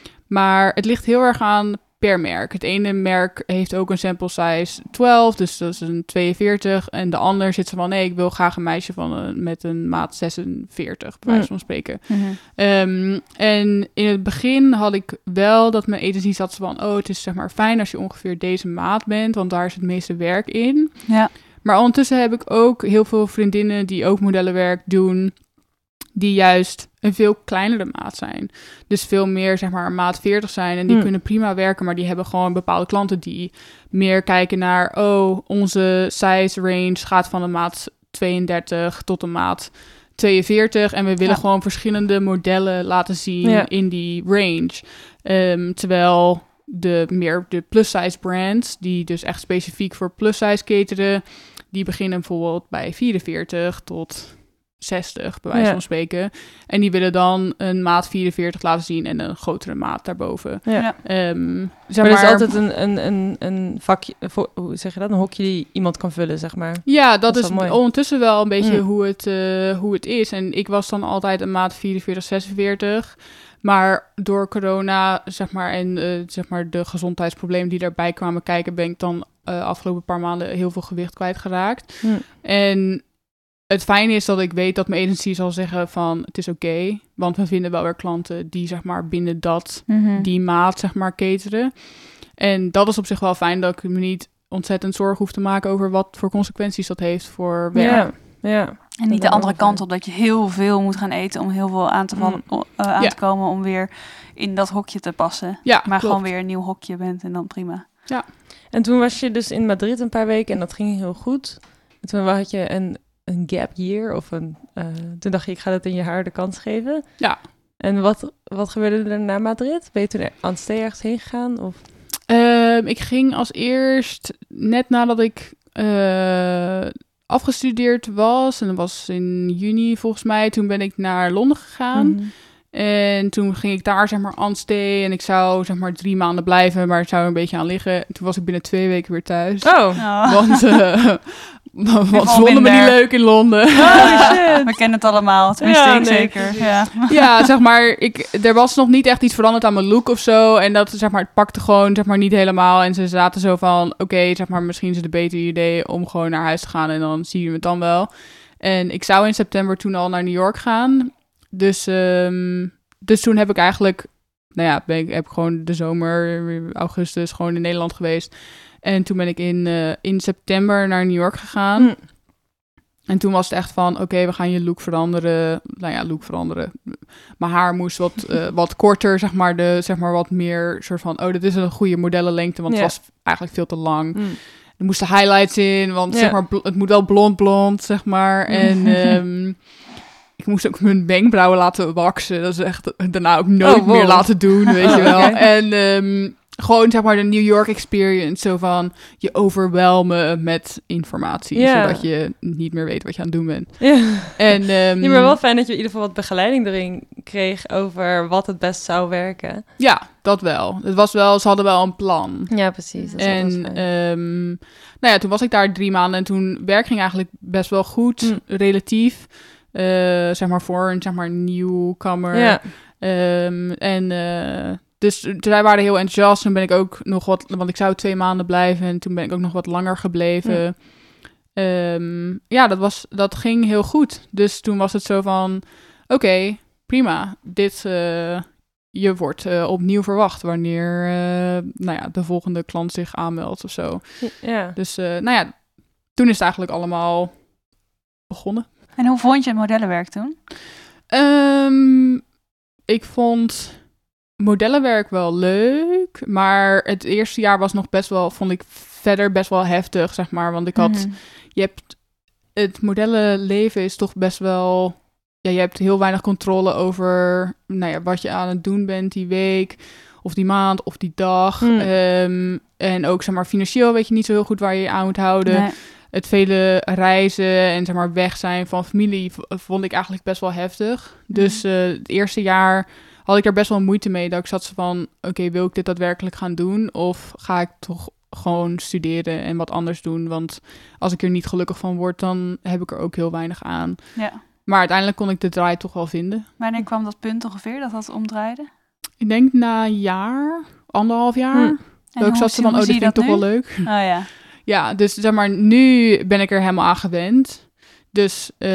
Maar het ligt heel erg aan per merk. Het ene merk heeft ook een sample size twaalf, dus dat is een tweeënveertig. En de ander zit zo van, nee, ik wil graag een meisje van een, met een maat zesenveertig, bij wijze van spreken. Mm-hmm. Um, en in het begin had ik wel dat mijn agency zat zo van, oh, het is, zeg maar, fijn als je ongeveer deze maat bent, want daar is het meeste werk in. Ja. Maar ondertussen heb ik ook heel veel vriendinnen die ook modellenwerk doen, die juist een veel kleinere maat zijn. Dus veel meer, zeg maar, maat veertig zijn. En die mm. kunnen prima werken, maar die hebben gewoon bepaalde klanten die meer kijken naar, oh, onze size range gaat van een maat tweeëndertig tot een maat tweeënveertig. En we willen ja. gewoon verschillende modellen laten zien ja. in die range. Um, terwijl de meer de plus-size brands, die dus echt specifiek voor plus-size cateren, die beginnen bijvoorbeeld bij vierenveertig tot zestig, bij wijze ja. van spreken. En die willen dan een maat vierenveertig laten zien en een grotere maat daarboven. Ja. Um, zeg maar maar er is altijd een, een, een, een vakje, hoe zeg je dat? Een hokje die iemand kan vullen, zeg maar. Ja, dat, dat is, is mooi. Ondertussen wel een beetje mm. hoe, het, uh, hoe het is. En ik was dan altijd een maat vierenveertig, zesenveertig. Maar door corona, zeg maar, en uh, zeg maar de gezondheidsproblemen die daarbij kwamen kijken, ben ik dan uh, afgelopen paar maanden heel veel gewicht kwijtgeraakt. Mm. En het fijne is dat ik weet dat mijn agency zal zeggen van, het is oké, okay, want we vinden wel weer klanten die, zeg maar, binnen dat, mm-hmm. die maat, zeg maar, cateren. En dat is op zich wel fijn, dat ik me niet ontzettend zorgen hoef te maken over wat voor consequenties dat heeft voor werk. Ja, ja. En niet de andere kant op, dat je heel veel moet gaan eten om heel veel aan te, vallen, mm. uh, aan ja. te komen om weer in dat hokje te passen. Ja, maar klopt. gewoon weer een nieuw hokje bent en dan prima. Ja. En toen was je dus in Madrid een paar weken en dat ging heel goed. En toen had je een, een gap year of een... Uh, toen dacht je, ik ga dat in je haar de kans geven. Ja. En wat, wat gebeurde er na Madrid? Ben je toen aan het stay ergens heen gegaan? Of? Uh, ik ging als eerst, net nadat ik uh, afgestudeerd was, en dat was in juni volgens mij, toen ben ik naar Londen gegaan. Mm-hmm. En toen ging ik daar, zeg maar, on stay. En ik zou, zeg maar, drie maanden blijven, maar het zou er een beetje aan liggen. En toen was ik binnen twee weken weer thuis. Oh. oh. Want, uh, want ze vonden me niet leuk in Londen. Oh, shit. We kennen het allemaal, tenminste ja, ik nee. zeker. Ja. ja, zeg maar, ik, er was nog niet echt iets veranderd aan mijn look of zo. En dat, zeg maar, het pakte gewoon, zeg maar, niet helemaal. En ze zaten zo van, oké, okay, zeg maar, misschien is het een beter idee om gewoon naar huis te gaan. En dan zien we het dan wel. En ik zou in september toen al naar New York gaan. Dus, um, dus toen heb ik eigenlijk, nou ja, ben ik, heb ik gewoon de zomer, augustus, gewoon in Nederland geweest. En toen ben ik in, uh, in september naar New York gegaan. Mm. En toen was het echt van, oké, okay, we gaan je look veranderen. Nou ja, look veranderen. Mijn haar moest wat, uh, wat korter, zeg maar, de, zeg maar wat meer soort van, oh, dit is een goede modellenlengte, want yeah. het was eigenlijk veel te lang. Mm. Er moesten highlights in, want yeah. zeg maar, bl- het moet wel blond-blond, zeg maar. En um, ik moest ook mijn wenkbrauwen laten waxen. Dat is echt daarna ook nooit oh, wow. meer laten doen, weet je wel. Okay. En um, gewoon, zeg maar, de New York experience. Zo van, je overwelmen met informatie. Yeah. Zodat je niet meer weet wat je aan het doen bent. Yeah. En, um, ja, maar wel fijn dat je in ieder geval wat begeleiding erin kreeg over wat het best zou werken. Ja, dat wel. Het was wel, ze hadden wel een plan. Ja, precies. Dat en um, nou ja, toen was ik daar drie maanden. En toen werk ging eigenlijk best wel goed, mm. relatief. Uh, zeg maar voor een zeg maar nieuwkomer. Ja. Um, en... Uh, Dus zij waren heel enthousiast. Toen ben ik ook nog wat... Want ik zou twee maanden blijven. En toen ben ik ook nog wat langer gebleven. Ja, um, ja dat, was, dat ging heel goed. Dus toen was het zo van... Oké, okay, prima. Dit... Uh, je wordt uh, opnieuw verwacht wanneer uh, nou ja, de volgende klant zich aanmeldt of zo. Ja. Dus uh, nou ja, toen is het eigenlijk allemaal begonnen. En hoe vond je het modellenwerk toen? Um, ik vond... modellenwerk wel leuk, maar het eerste jaar was nog best wel, vond ik verder best wel heftig, zeg maar. Want ik had, mm-hmm. je hebt, het modellenleven is toch best wel, ja, je hebt heel weinig controle over, nou ja, wat je aan het doen bent die week, of die maand, of die dag. Mm. Um, en ook, zeg maar, financieel weet je niet zo heel goed waar je je aan moet houden. Nee. Het vele reizen en, zeg maar, weg zijn van familie v- vond ik eigenlijk best wel heftig. Mm. Dus uh, het eerste jaar had ik er best wel moeite mee, dat ik zat van, oké, okay, wil ik dit daadwerkelijk gaan doen? Of ga ik toch gewoon studeren en wat anders doen? Want als ik er niet gelukkig van word, dan heb ik er ook heel weinig aan. Ja. Maar uiteindelijk kon ik de draai toch wel vinden. Wanneer kwam dat punt ongeveer, dat dat omdraaide? Ik denk na een jaar, anderhalf jaar. Hm. Dat ik zat van, oh, dit vind ik toch wel leuk. Oh ja. Ja, dus zeg maar, nu ben ik er helemaal aan gewend. Dus uh,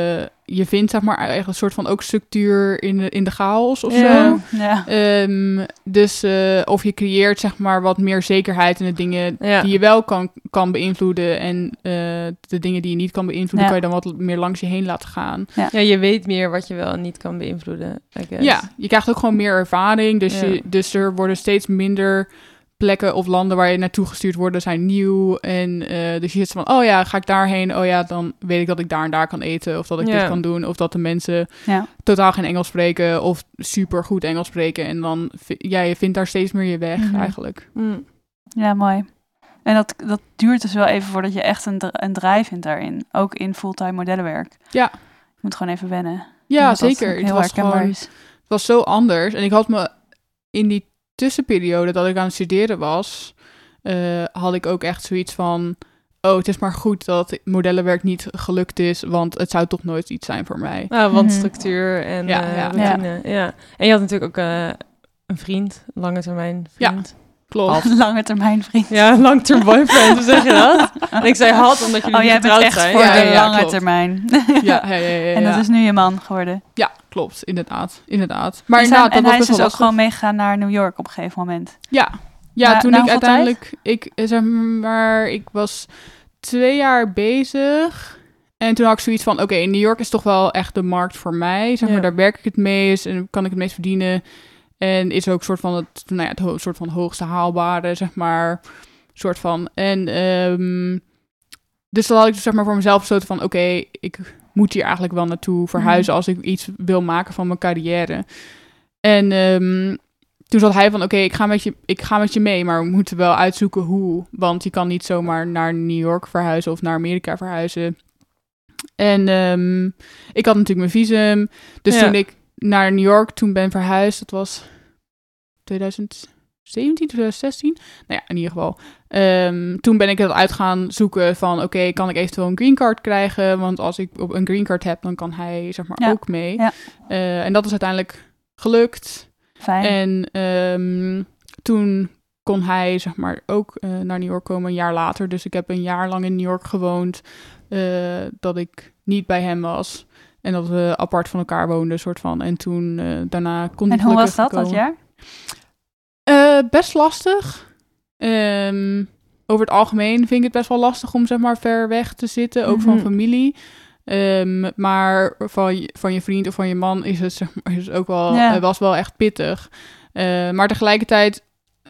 je vindt, zeg maar, eigenlijk een soort van ook structuur in de, in de chaos of ja, zo. Ja. Um, dus uh, of je creëert, zeg maar, wat meer zekerheid in de dingen ja. die je wel kan, kan beïnvloeden. En uh, de dingen die je niet kan beïnvloeden, ja. kan je dan wat meer langs je heen laten gaan. Ja, ja je weet meer wat je wel en niet kan beïnvloeden, I guess. Ja, je krijgt ook gewoon meer ervaring. Dus, ja. je, dus er worden steeds minder plekken of landen waar je naartoe gestuurd wordt, zijn nieuw. En uh, dus je zit van, oh ja, ga ik daarheen? Oh ja, dan weet ik dat ik daar en daar kan eten. Of dat ik ja. dit kan doen. Of dat de mensen ja. totaal geen Engels spreken. Of super goed Engels spreken. En dan, ja, je vindt daar steeds meer je weg, mm-hmm. eigenlijk. Mm. Ja, mooi. En dat, dat duurt dus wel even voordat je echt een, een draai vindt daarin. Ook in fulltime modellenwerk. Ja. Je moet gewoon even wennen. Ja, zeker. Heel het was gewoon, is. Het was zo anders. En ik had me in die tussenperiode dat ik aan het studeren was, uh, had ik ook echt zoiets van, oh, het is maar goed dat modellenwerk niet gelukt is, want het zou toch nooit iets zijn voor mij. Ah, want mm-hmm. structuur en ja, uh, ja. routine. Ja. ja. En je had natuurlijk ook uh, een vriend, lange termijn vriend. Ja. Klopt. Lange termijn vriend. Ja, long term boyfriend, hoe zeg je dat? En ik zei had, omdat jullie oh, niet getrouwd zijn. Oh, jij bent echt voor ja, de ja, ja, lange klopt. termijn. ja, ja, ja, ja, en dat is nu je man geworden. Ja, klopt. Inderdaad. Inderdaad. Maar en inderdaad, en dat hij was is dus ook gewoon meegegaan naar New York op een gegeven moment. Ja. Ja, na, toen na ik uiteindelijk... Tijd? Ik, zeg maar, ik was twee jaar bezig. En toen had ik zoiets van, oké, okay, New York is toch wel echt de markt voor mij. Zeg maar, ja. daar werk ik het meest en kan ik het meest verdienen. En is ook soort van het, nou ja, het ho- soort van hoogste haalbare, zeg maar, soort van. En um, dus dan had ik dus, zeg maar, voor mezelf besloten van, oké, okay, ik moet hier eigenlijk wel naartoe verhuizen als ik iets wil maken van mijn carrière. En um, toen zat hij van, oké, okay, ik ga met je, ik ga met je mee, maar we moeten wel uitzoeken hoe, want je kan niet zomaar naar New York verhuizen of naar Amerika verhuizen. En um, ik had natuurlijk mijn visum, dus ja. toen ik naar New York toen ben verhuisd, dat was twintig zeventien, twintig zestien. Nou ja, in ieder geval. Um, toen ben ik het uit gaan zoeken van, oké, okay, kan ik eventueel een green card krijgen? Want als ik op een green card heb, dan kan hij, zeg maar, ja. ook mee. Ja. Uh, en dat is uiteindelijk gelukt. Fijn. En um, toen kon hij, zeg maar, ook uh, naar New York komen een jaar later. Dus ik heb een jaar lang in New York gewoond, uh, dat ik niet bij hem was. En dat we apart van elkaar woonden, soort van. En toen uh, daarna kon ik En hoe was dat, komen. dat jaar? Uh, best lastig. Um, over het algemeen vind ik het best wel lastig om zeg maar ver weg te zitten, ook Mm-hmm. van familie. Um, maar van je, van je vriend of van je man is het, zeg maar, is het ook wel, Ja. uh, was wel echt pittig. Uh, maar tegelijkertijd,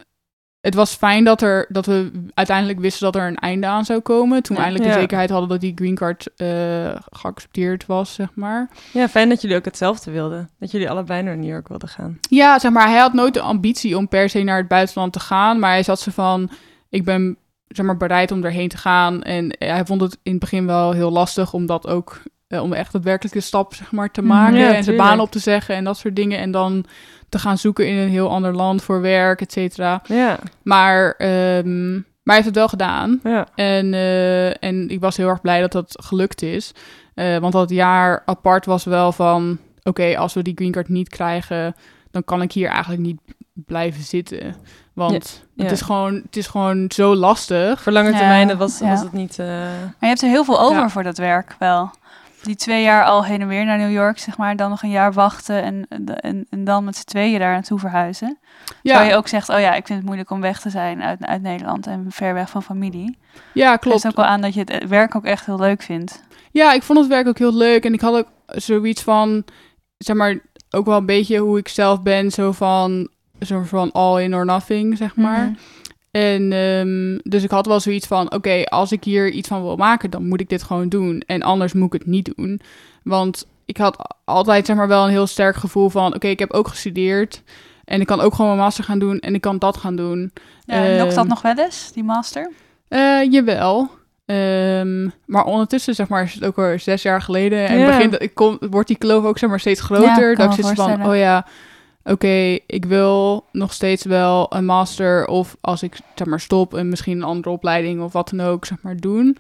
het was fijn dat, er, dat we uiteindelijk wisten dat er een einde aan zou komen. Toen we Ja. eindelijk de Ja. zekerheid hadden dat die green card uh, geaccepteerd was, zeg maar. Ja, fijn dat jullie ook hetzelfde wilden. Dat jullie allebei naar New York wilden gaan. Ja, zeg maar, hij had nooit de ambitie om per se naar het buitenland te gaan. Maar hij zat zo van, ik ben zeg maar bereid om erheen te gaan. En hij vond het in het begin wel heel lastig om dat ook, uh, om echt daadwerkelijke stap zeg maar te maken. Ja, en zijn tuurlijk. baan op te zeggen en dat soort dingen. En dan te gaan zoeken in een heel ander land voor werk, et cetera. Ja, Maar, um, maar hij heeft het wel gedaan. ja. En, uh, en ik was heel erg blij dat dat gelukt is. Uh, want dat jaar apart was wel van, oké, okay, als we die green card niet krijgen, dan kan ik hier eigenlijk niet blijven zitten. Want Ja, het, ja. is gewoon, het is gewoon zo lastig. Voor lange Ja, termijn was, ja. was het niet... Uh... Maar je hebt er heel veel over Ja. voor dat werk wel. Die twee jaar al heen en weer naar New York, zeg maar. Dan nog een jaar wachten en, en, en dan met z'n tweeën daar naartoe verhuizen. Ja, Terwijl je ook zegt, oh ja, ik vind het moeilijk om weg te zijn uit, uit Nederland en ver weg van familie. ja, Het klopt. geeft ook wel aan dat je het werk ook echt heel leuk vindt. Ja, ik vond het werk ook heel leuk. En ik had ook zoiets van, zeg maar, ook wel een beetje hoe ik zelf ben. Zo van, zo van all in or nothing, zeg maar. Mhm. En um, dus ik had wel zoiets van, oké, okay, als ik hier iets van wil maken, dan moet ik dit gewoon doen. En anders moet ik het niet doen. Want ik had altijd, zeg maar, wel een heel sterk gevoel van, oké, okay, ik heb ook gestudeerd. En ik kan ook gewoon mijn master gaan doen en ik kan dat gaan doen. Ja, Um, lukt dat nog wel eens, die master? Uh, jawel. Um, maar ondertussen, zeg maar, is het ook al zes jaar geleden. En Ja. begint, ik kom, wordt die kloof ook, zeg maar, steeds groter. Ja, kan dat me ik zit van, voorstellen. oh ja, oké, okay, ik wil nog steeds wel een master. Of als ik, zeg maar, stop en misschien een andere opleiding of wat dan ook, zeg maar, doen.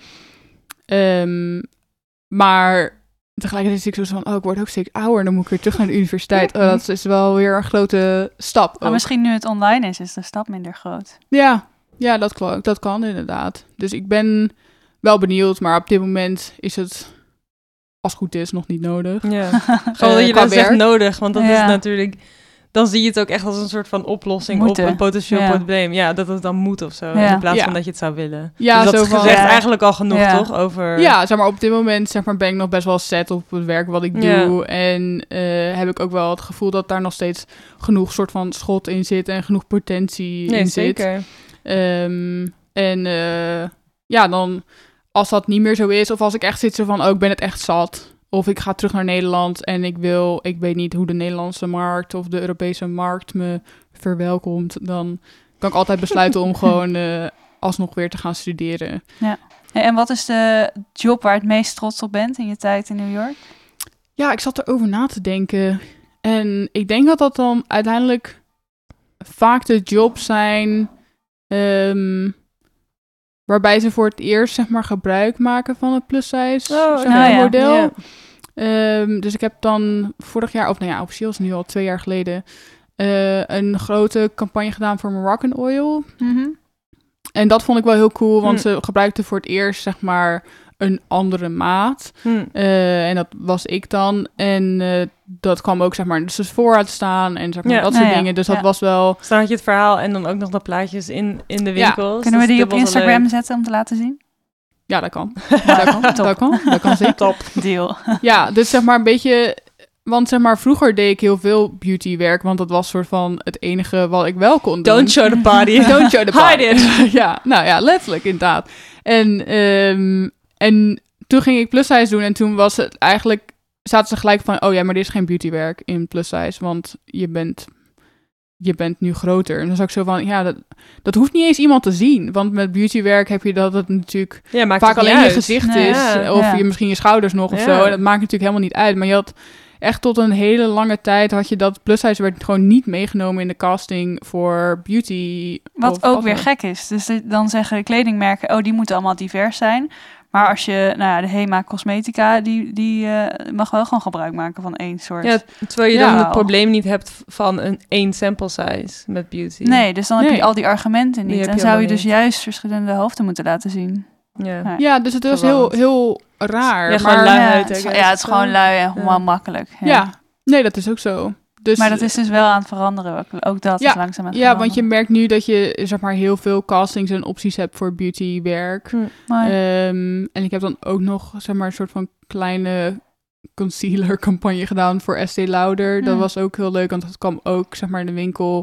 Um, maar tegelijkertijd zit ik zo van, oh, ik word ook steeds ouder. Dan moet ik weer terug naar de universiteit. Oh, dat is wel weer een grote stap. Maar ook. misschien nu het online is, is de stap minder groot. Ja, ja dat, kl- dat kan inderdaad. Dus ik ben wel benieuwd, maar op dit moment is het, als het goed is, nog niet nodig. Ja, gewoon dat je qua dat zegt werk. nodig, want dat Ja. is natuurlijk... Dan zie je het ook echt als een soort van oplossing Moeten. op een potentieel Ja. probleem. Ja, dat het dan moet of zo, Ja. in plaats Ja. van dat je het zou willen. Ja, dus dat zo van- gezegd Ja. eigenlijk al genoeg, Ja. toch? Over... Ja, zeg maar, op dit moment zeg maar, ben ik nog best wel set op het werk wat ik Ja. doe. En uh, heb ik ook wel het gevoel dat daar nog steeds genoeg soort van schot in zit en genoeg potentie Nee, in zeker. zit. Um, en uh, ja, dan als dat niet meer zo is, of als ik echt zit zo van, oh, ik ben het echt zat. Of ik ga terug naar Nederland en ik wil, ik weet niet hoe de Nederlandse markt of de Europese markt me verwelkomt. Dan kan ik altijd besluiten om gewoon uh, alsnog weer te gaan studeren. Ja. En wat is de job waar je het meest trots op bent in je tijd in New York? Ja, ik zat erover na te denken. En ik denk dat dat dan uiteindelijk vaak de jobs zijn um, waarbij ze voor het eerst, zeg maar, gebruik maken van het plus-size Oh, zeg nou maar, ja. model. Ja. Um, dus ik heb dan vorig jaar, of nou ja, officieel is het nu al twee jaar geleden, uh, een grote campagne gedaan voor Moroccan Oil. Mm-hmm. En dat vond ik wel heel cool, want Hm. ze gebruikten voor het eerst, zeg maar, een andere maat. Hm. Uh, en dat was ik dan. En uh, dat kwam ook, zeg maar, dus vooruit staan en zeg maar, Ja. dat soort Nou ja, dingen. Dus dat ja. was wel... Dus dan had je het verhaal en dan ook nog de plaatjes in, in de winkels. Kunnen we Dat is die op dubbel zo Instagram leuk. zetten om te laten zien? Ja, dat kan. dat kan, dat kan. Dat kan zeker. Top. Deal. Ja, dus zeg maar een beetje... Want zeg maar, vroeger deed ik heel veel beautywerk, want dat was soort van het enige wat ik wel kon doen. Don't show the body. Don't show the body. Hide it. Ja, nou ja, letterlijk inderdaad. En, um, en toen ging ik plus size doen en toen was het eigenlijk... zaten ze gelijk van, oh ja, maar dit is geen beautywerk in plus size, want je bent... je bent nu groter. En dan zag ik zo van, ja, dat, dat hoeft niet eens iemand te zien. Want met beautywerk heb je dat het natuurlijk Ja, maakt vaak het niet alleen je uit. gezicht Nee, is. ja, of ja. je misschien je schouders nog of Ja. zo. En dat maakt natuurlijk helemaal niet uit. Maar je had echt tot een hele lange tijd had je dat plus size werd gewoon niet meegenomen in de casting voor beauty. Wat of ook wat weer dan. gek is. Dus de- dan zeggen kledingmerken, oh, die moeten allemaal divers zijn. Maar als je, nou ja, de Hema Cosmetica, die, die uh, mag wel gewoon gebruik maken van één soort. Ja, terwijl je Ja. dan het probleem niet hebt van een één sample size met beauty. Nee, dus dan heb Nee. je al die argumenten Die niet. heb En je zou je allemaal dus niet. juist verschillende hoofden moeten laten zien. Ja. Ja. Ja, dus het was heel, Verwarrend. heel raar. Ja, gewoon maar, lui. ja, Luiheid, het is, hè, ja, het is zo. gewoon lui en Ja. gewoon makkelijk. Ja. ja, nee, dat is ook zo. Dus, maar dat is dus wel aan het veranderen. Ook dat ja, is langzaam aan het ja, veranderen. want je merkt nu dat je zeg maar heel veel castings en opties hebt voor beautywerk. Hm. Um, en ik heb dan ook nog zeg maar een soort van kleine concealer campagne gedaan voor Estée Lauder. Hm. Dat was ook heel leuk, want dat kwam ook zeg maar in de winkel.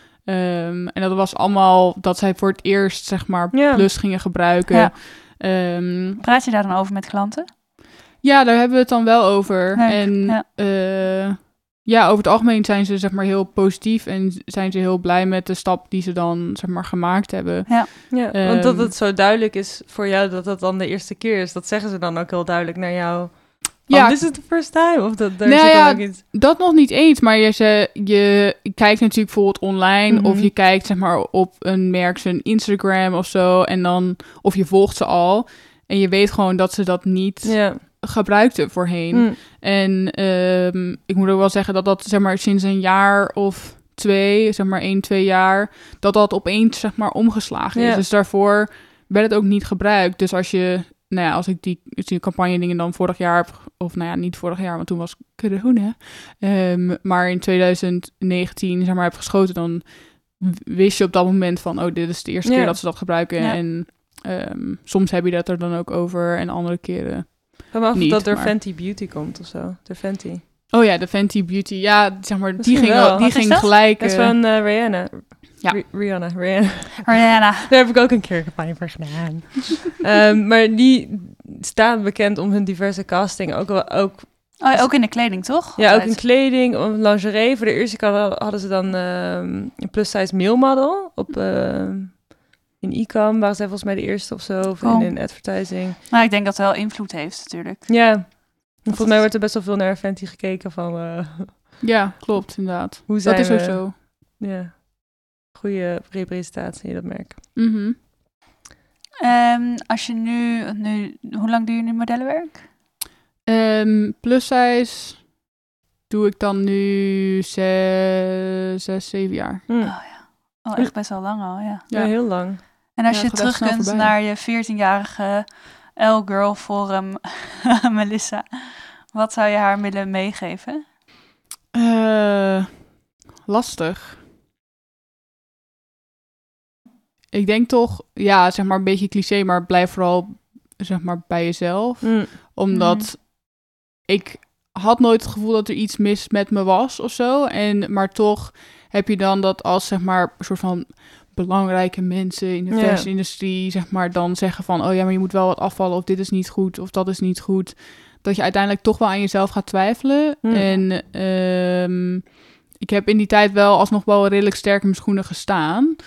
Um, en dat was allemaal dat zij voor het eerst zeg maar ja. Plus gingen gebruiken. Ja. Um, Praat je daar dan over met klanten? Ja, daar hebben we het dan wel over. Leuk, en ja. Uh, ja, over het algemeen zijn ze zeg maar heel positief en zijn ze heel blij met de stap die ze dan zeg maar gemaakt hebben. Ja, ja um, want dat het zo duidelijk is voor jou dat dat dan de eerste keer is. Dat zeggen ze dan ook heel duidelijk naar jou. Ja, this is the first time. Of dat daar nou zit ja, ook iets. Dat nog niet eens. Maar je, ze, je kijkt natuurlijk bijvoorbeeld online mm-hmm. of je kijkt zeg maar op een merk zijn Instagram of zo en dan of je volgt ze al en je weet gewoon dat ze dat niet. Ja. gebruikte voorheen. Mm. En um, ik moet ook wel zeggen dat dat zeg maar sinds een jaar of twee, zeg maar één, twee jaar, dat dat opeens zeg maar omgeslagen is. Ja. Dus daarvoor werd het ook niet gebruikt. Dus als je, nou ja, als ik die, die campagne dingen dan vorig jaar heb, of nou ja, niet vorig jaar, want toen was corona, um, maar in twintig negentien zeg maar heb geschoten, dan wist je op dat moment van, oh, dit is de eerste ja. keer dat ze dat gebruiken. Ja. En um, soms heb je dat er dan ook over en andere keren Ik me af niet, dat er maar... Fenty Beauty komt of zo. De Fenty. Oh ja, de Fenty Beauty. Ja, zeg maar, Misschien die ging, wel. die ging gelijk... Dat is van uh, Rihanna. Ja. R- Rihanna. Rihanna. Rihanna. Daar heb ik ook een keer een campagne voor gedaan. um, maar die staan bekend om hun diverse casting. Ook, wel, ook, oh, ook in de kleding, toch? Ja, Altijd. Ook in kleding, of lingerie. Voor de eerste keer hadden ze dan um, een plus-size male model op... Uh, In e-com waren zij volgens mij de eerste of zo. Of oh. in, in advertising. Maar ik denk dat het wel invloed heeft natuurlijk. Ja. Volgens mij wordt er best wel veel naar Fenty gekeken van... Uh, ja, klopt, inderdaad. Hoe zijn dat is ook we, zo. Ja. Goede representatie in dat merk. Mm-hmm. Um, als je nu, nu... Hoe lang doe je nu modellenwerk? Um, plus size doe ik dan nu zes, zes zeven jaar. Mm. Oh ja. Oh, echt best wel lang al, ja. Ja, ja heel lang. En als ja, je terug kunt naar je veertienjarige L-Girl Forum Melissa, wat zou je haar willen meegeven? Uh, lastig. Ik denk toch, ja, zeg maar een beetje cliché, maar blijf vooral zeg maar bij jezelf. Mm. Omdat mm. ik had nooit het gevoel dat er iets mis met me was of zo. En, maar toch heb je dan dat als zeg maar een soort van belangrijke mensen in de yeah. fashion-industrie, zeg maar, dan zeggen van, oh ja, maar je moet wel wat afvallen, of dit is niet goed, of dat is niet goed. Dat je uiteindelijk toch wel aan jezelf gaat twijfelen. Mm. En um, ik heb in die tijd wel alsnog wel redelijk sterk in mijn schoenen gestaan.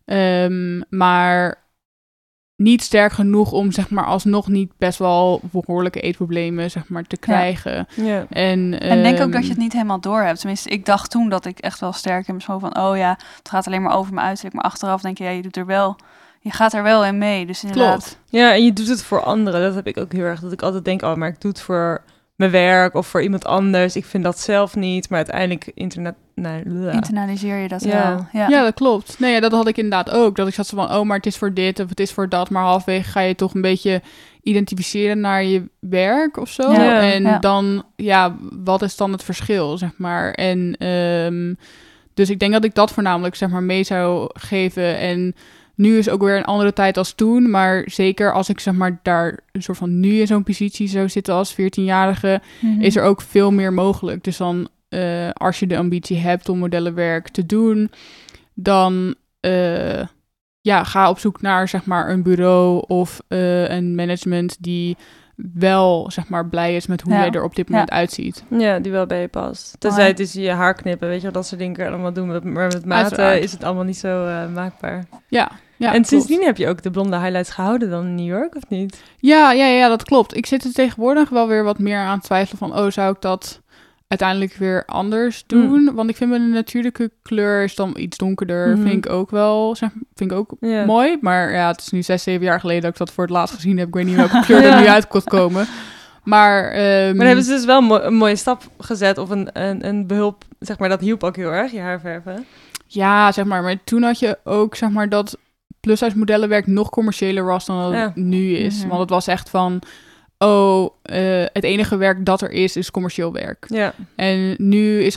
Um, maar niet sterk genoeg om, zeg maar, alsnog niet best wel behoorlijke eetproblemen, zeg maar, te krijgen. Ja. Ja. En, um, en denk ook dat je het niet helemaal door hebt. Tenminste, ik dacht toen dat ik echt wel sterk in mijn schoen van, oh ja, het gaat alleen maar over mijn uiterlijk. Maar achteraf denk je, ja, je doet er wel, je gaat er wel in mee. Dus inderdaad. Klopt. Ja, en je doet het voor anderen. Dat heb ik ook heel erg. Dat ik altijd denk, oh, maar ik doe het voor mijn werk of voor iemand anders. Ik vind dat zelf niet, maar uiteindelijk internet... Nee, internaliseer je dat ja. wel. Ja. ja, dat klopt. Nee, ja, dat had ik inderdaad ook. Dat ik zat zo van, oh, maar het is voor dit of het is voor dat. Maar halfwege ga je toch een beetje identificeren naar je werk of zo. Ja, en ja. dan, ja, wat is dan het verschil, zeg maar. En um, dus ik denk dat ik dat voornamelijk, zeg maar, mee zou geven. En nu is ook weer een andere tijd als toen. Maar zeker als ik, zeg maar, daar een soort van nu in zo'n positie zou zitten als veertienjarige, mm-hmm. is er ook veel meer mogelijk. Dus dan Uh, als je de ambitie hebt om modellenwerk te doen, dan uh, ja, ga op zoek naar, zeg maar, een bureau of uh, een management die wel, zeg maar, blij is met hoe ja. je er op dit moment ja. uitziet. Ja, die wel bij je past. Tenzij oh, ja. het is je haar knippen, weet je wel, dat soort dingen kan je allemaal doen. Maar met maten is het allemaal niet zo uh, maakbaar. Ja. Ja, en sindsdien heb je ook de blonde highlights gehouden dan in New York, of niet? Ja, ja, ja, dat klopt. Ik zit er tegenwoordig wel weer wat meer aan twijfelen van, oh, zou ik dat uiteindelijk weer anders doen? Mm. Want ik vind mijn natuurlijke kleur is dan iets donkerder. Mm. Vind ik ook wel, zeg, vind ik ook yeah. mooi. Maar ja, het is nu zes, zeven jaar geleden dat ik dat voor het laatst gezien heb. Ik weet niet welke kleur ja. er nu uit kon komen. Maar, um, maar dan hebben ze dus wel een, mo- een mooie stap gezet. Of een, een, een behulp, zeg maar, dat hielp ook heel erg, je haar verven. Ja, zeg maar. Maar toen had je ook, zeg maar, dat plus-size modellenwerk nog commerciëler was dan dat ja. het nu is. Mm-hmm. Want het was echt van, oh, uh, het enige werk dat er is, is commercieel werk. Ja. En nu is dat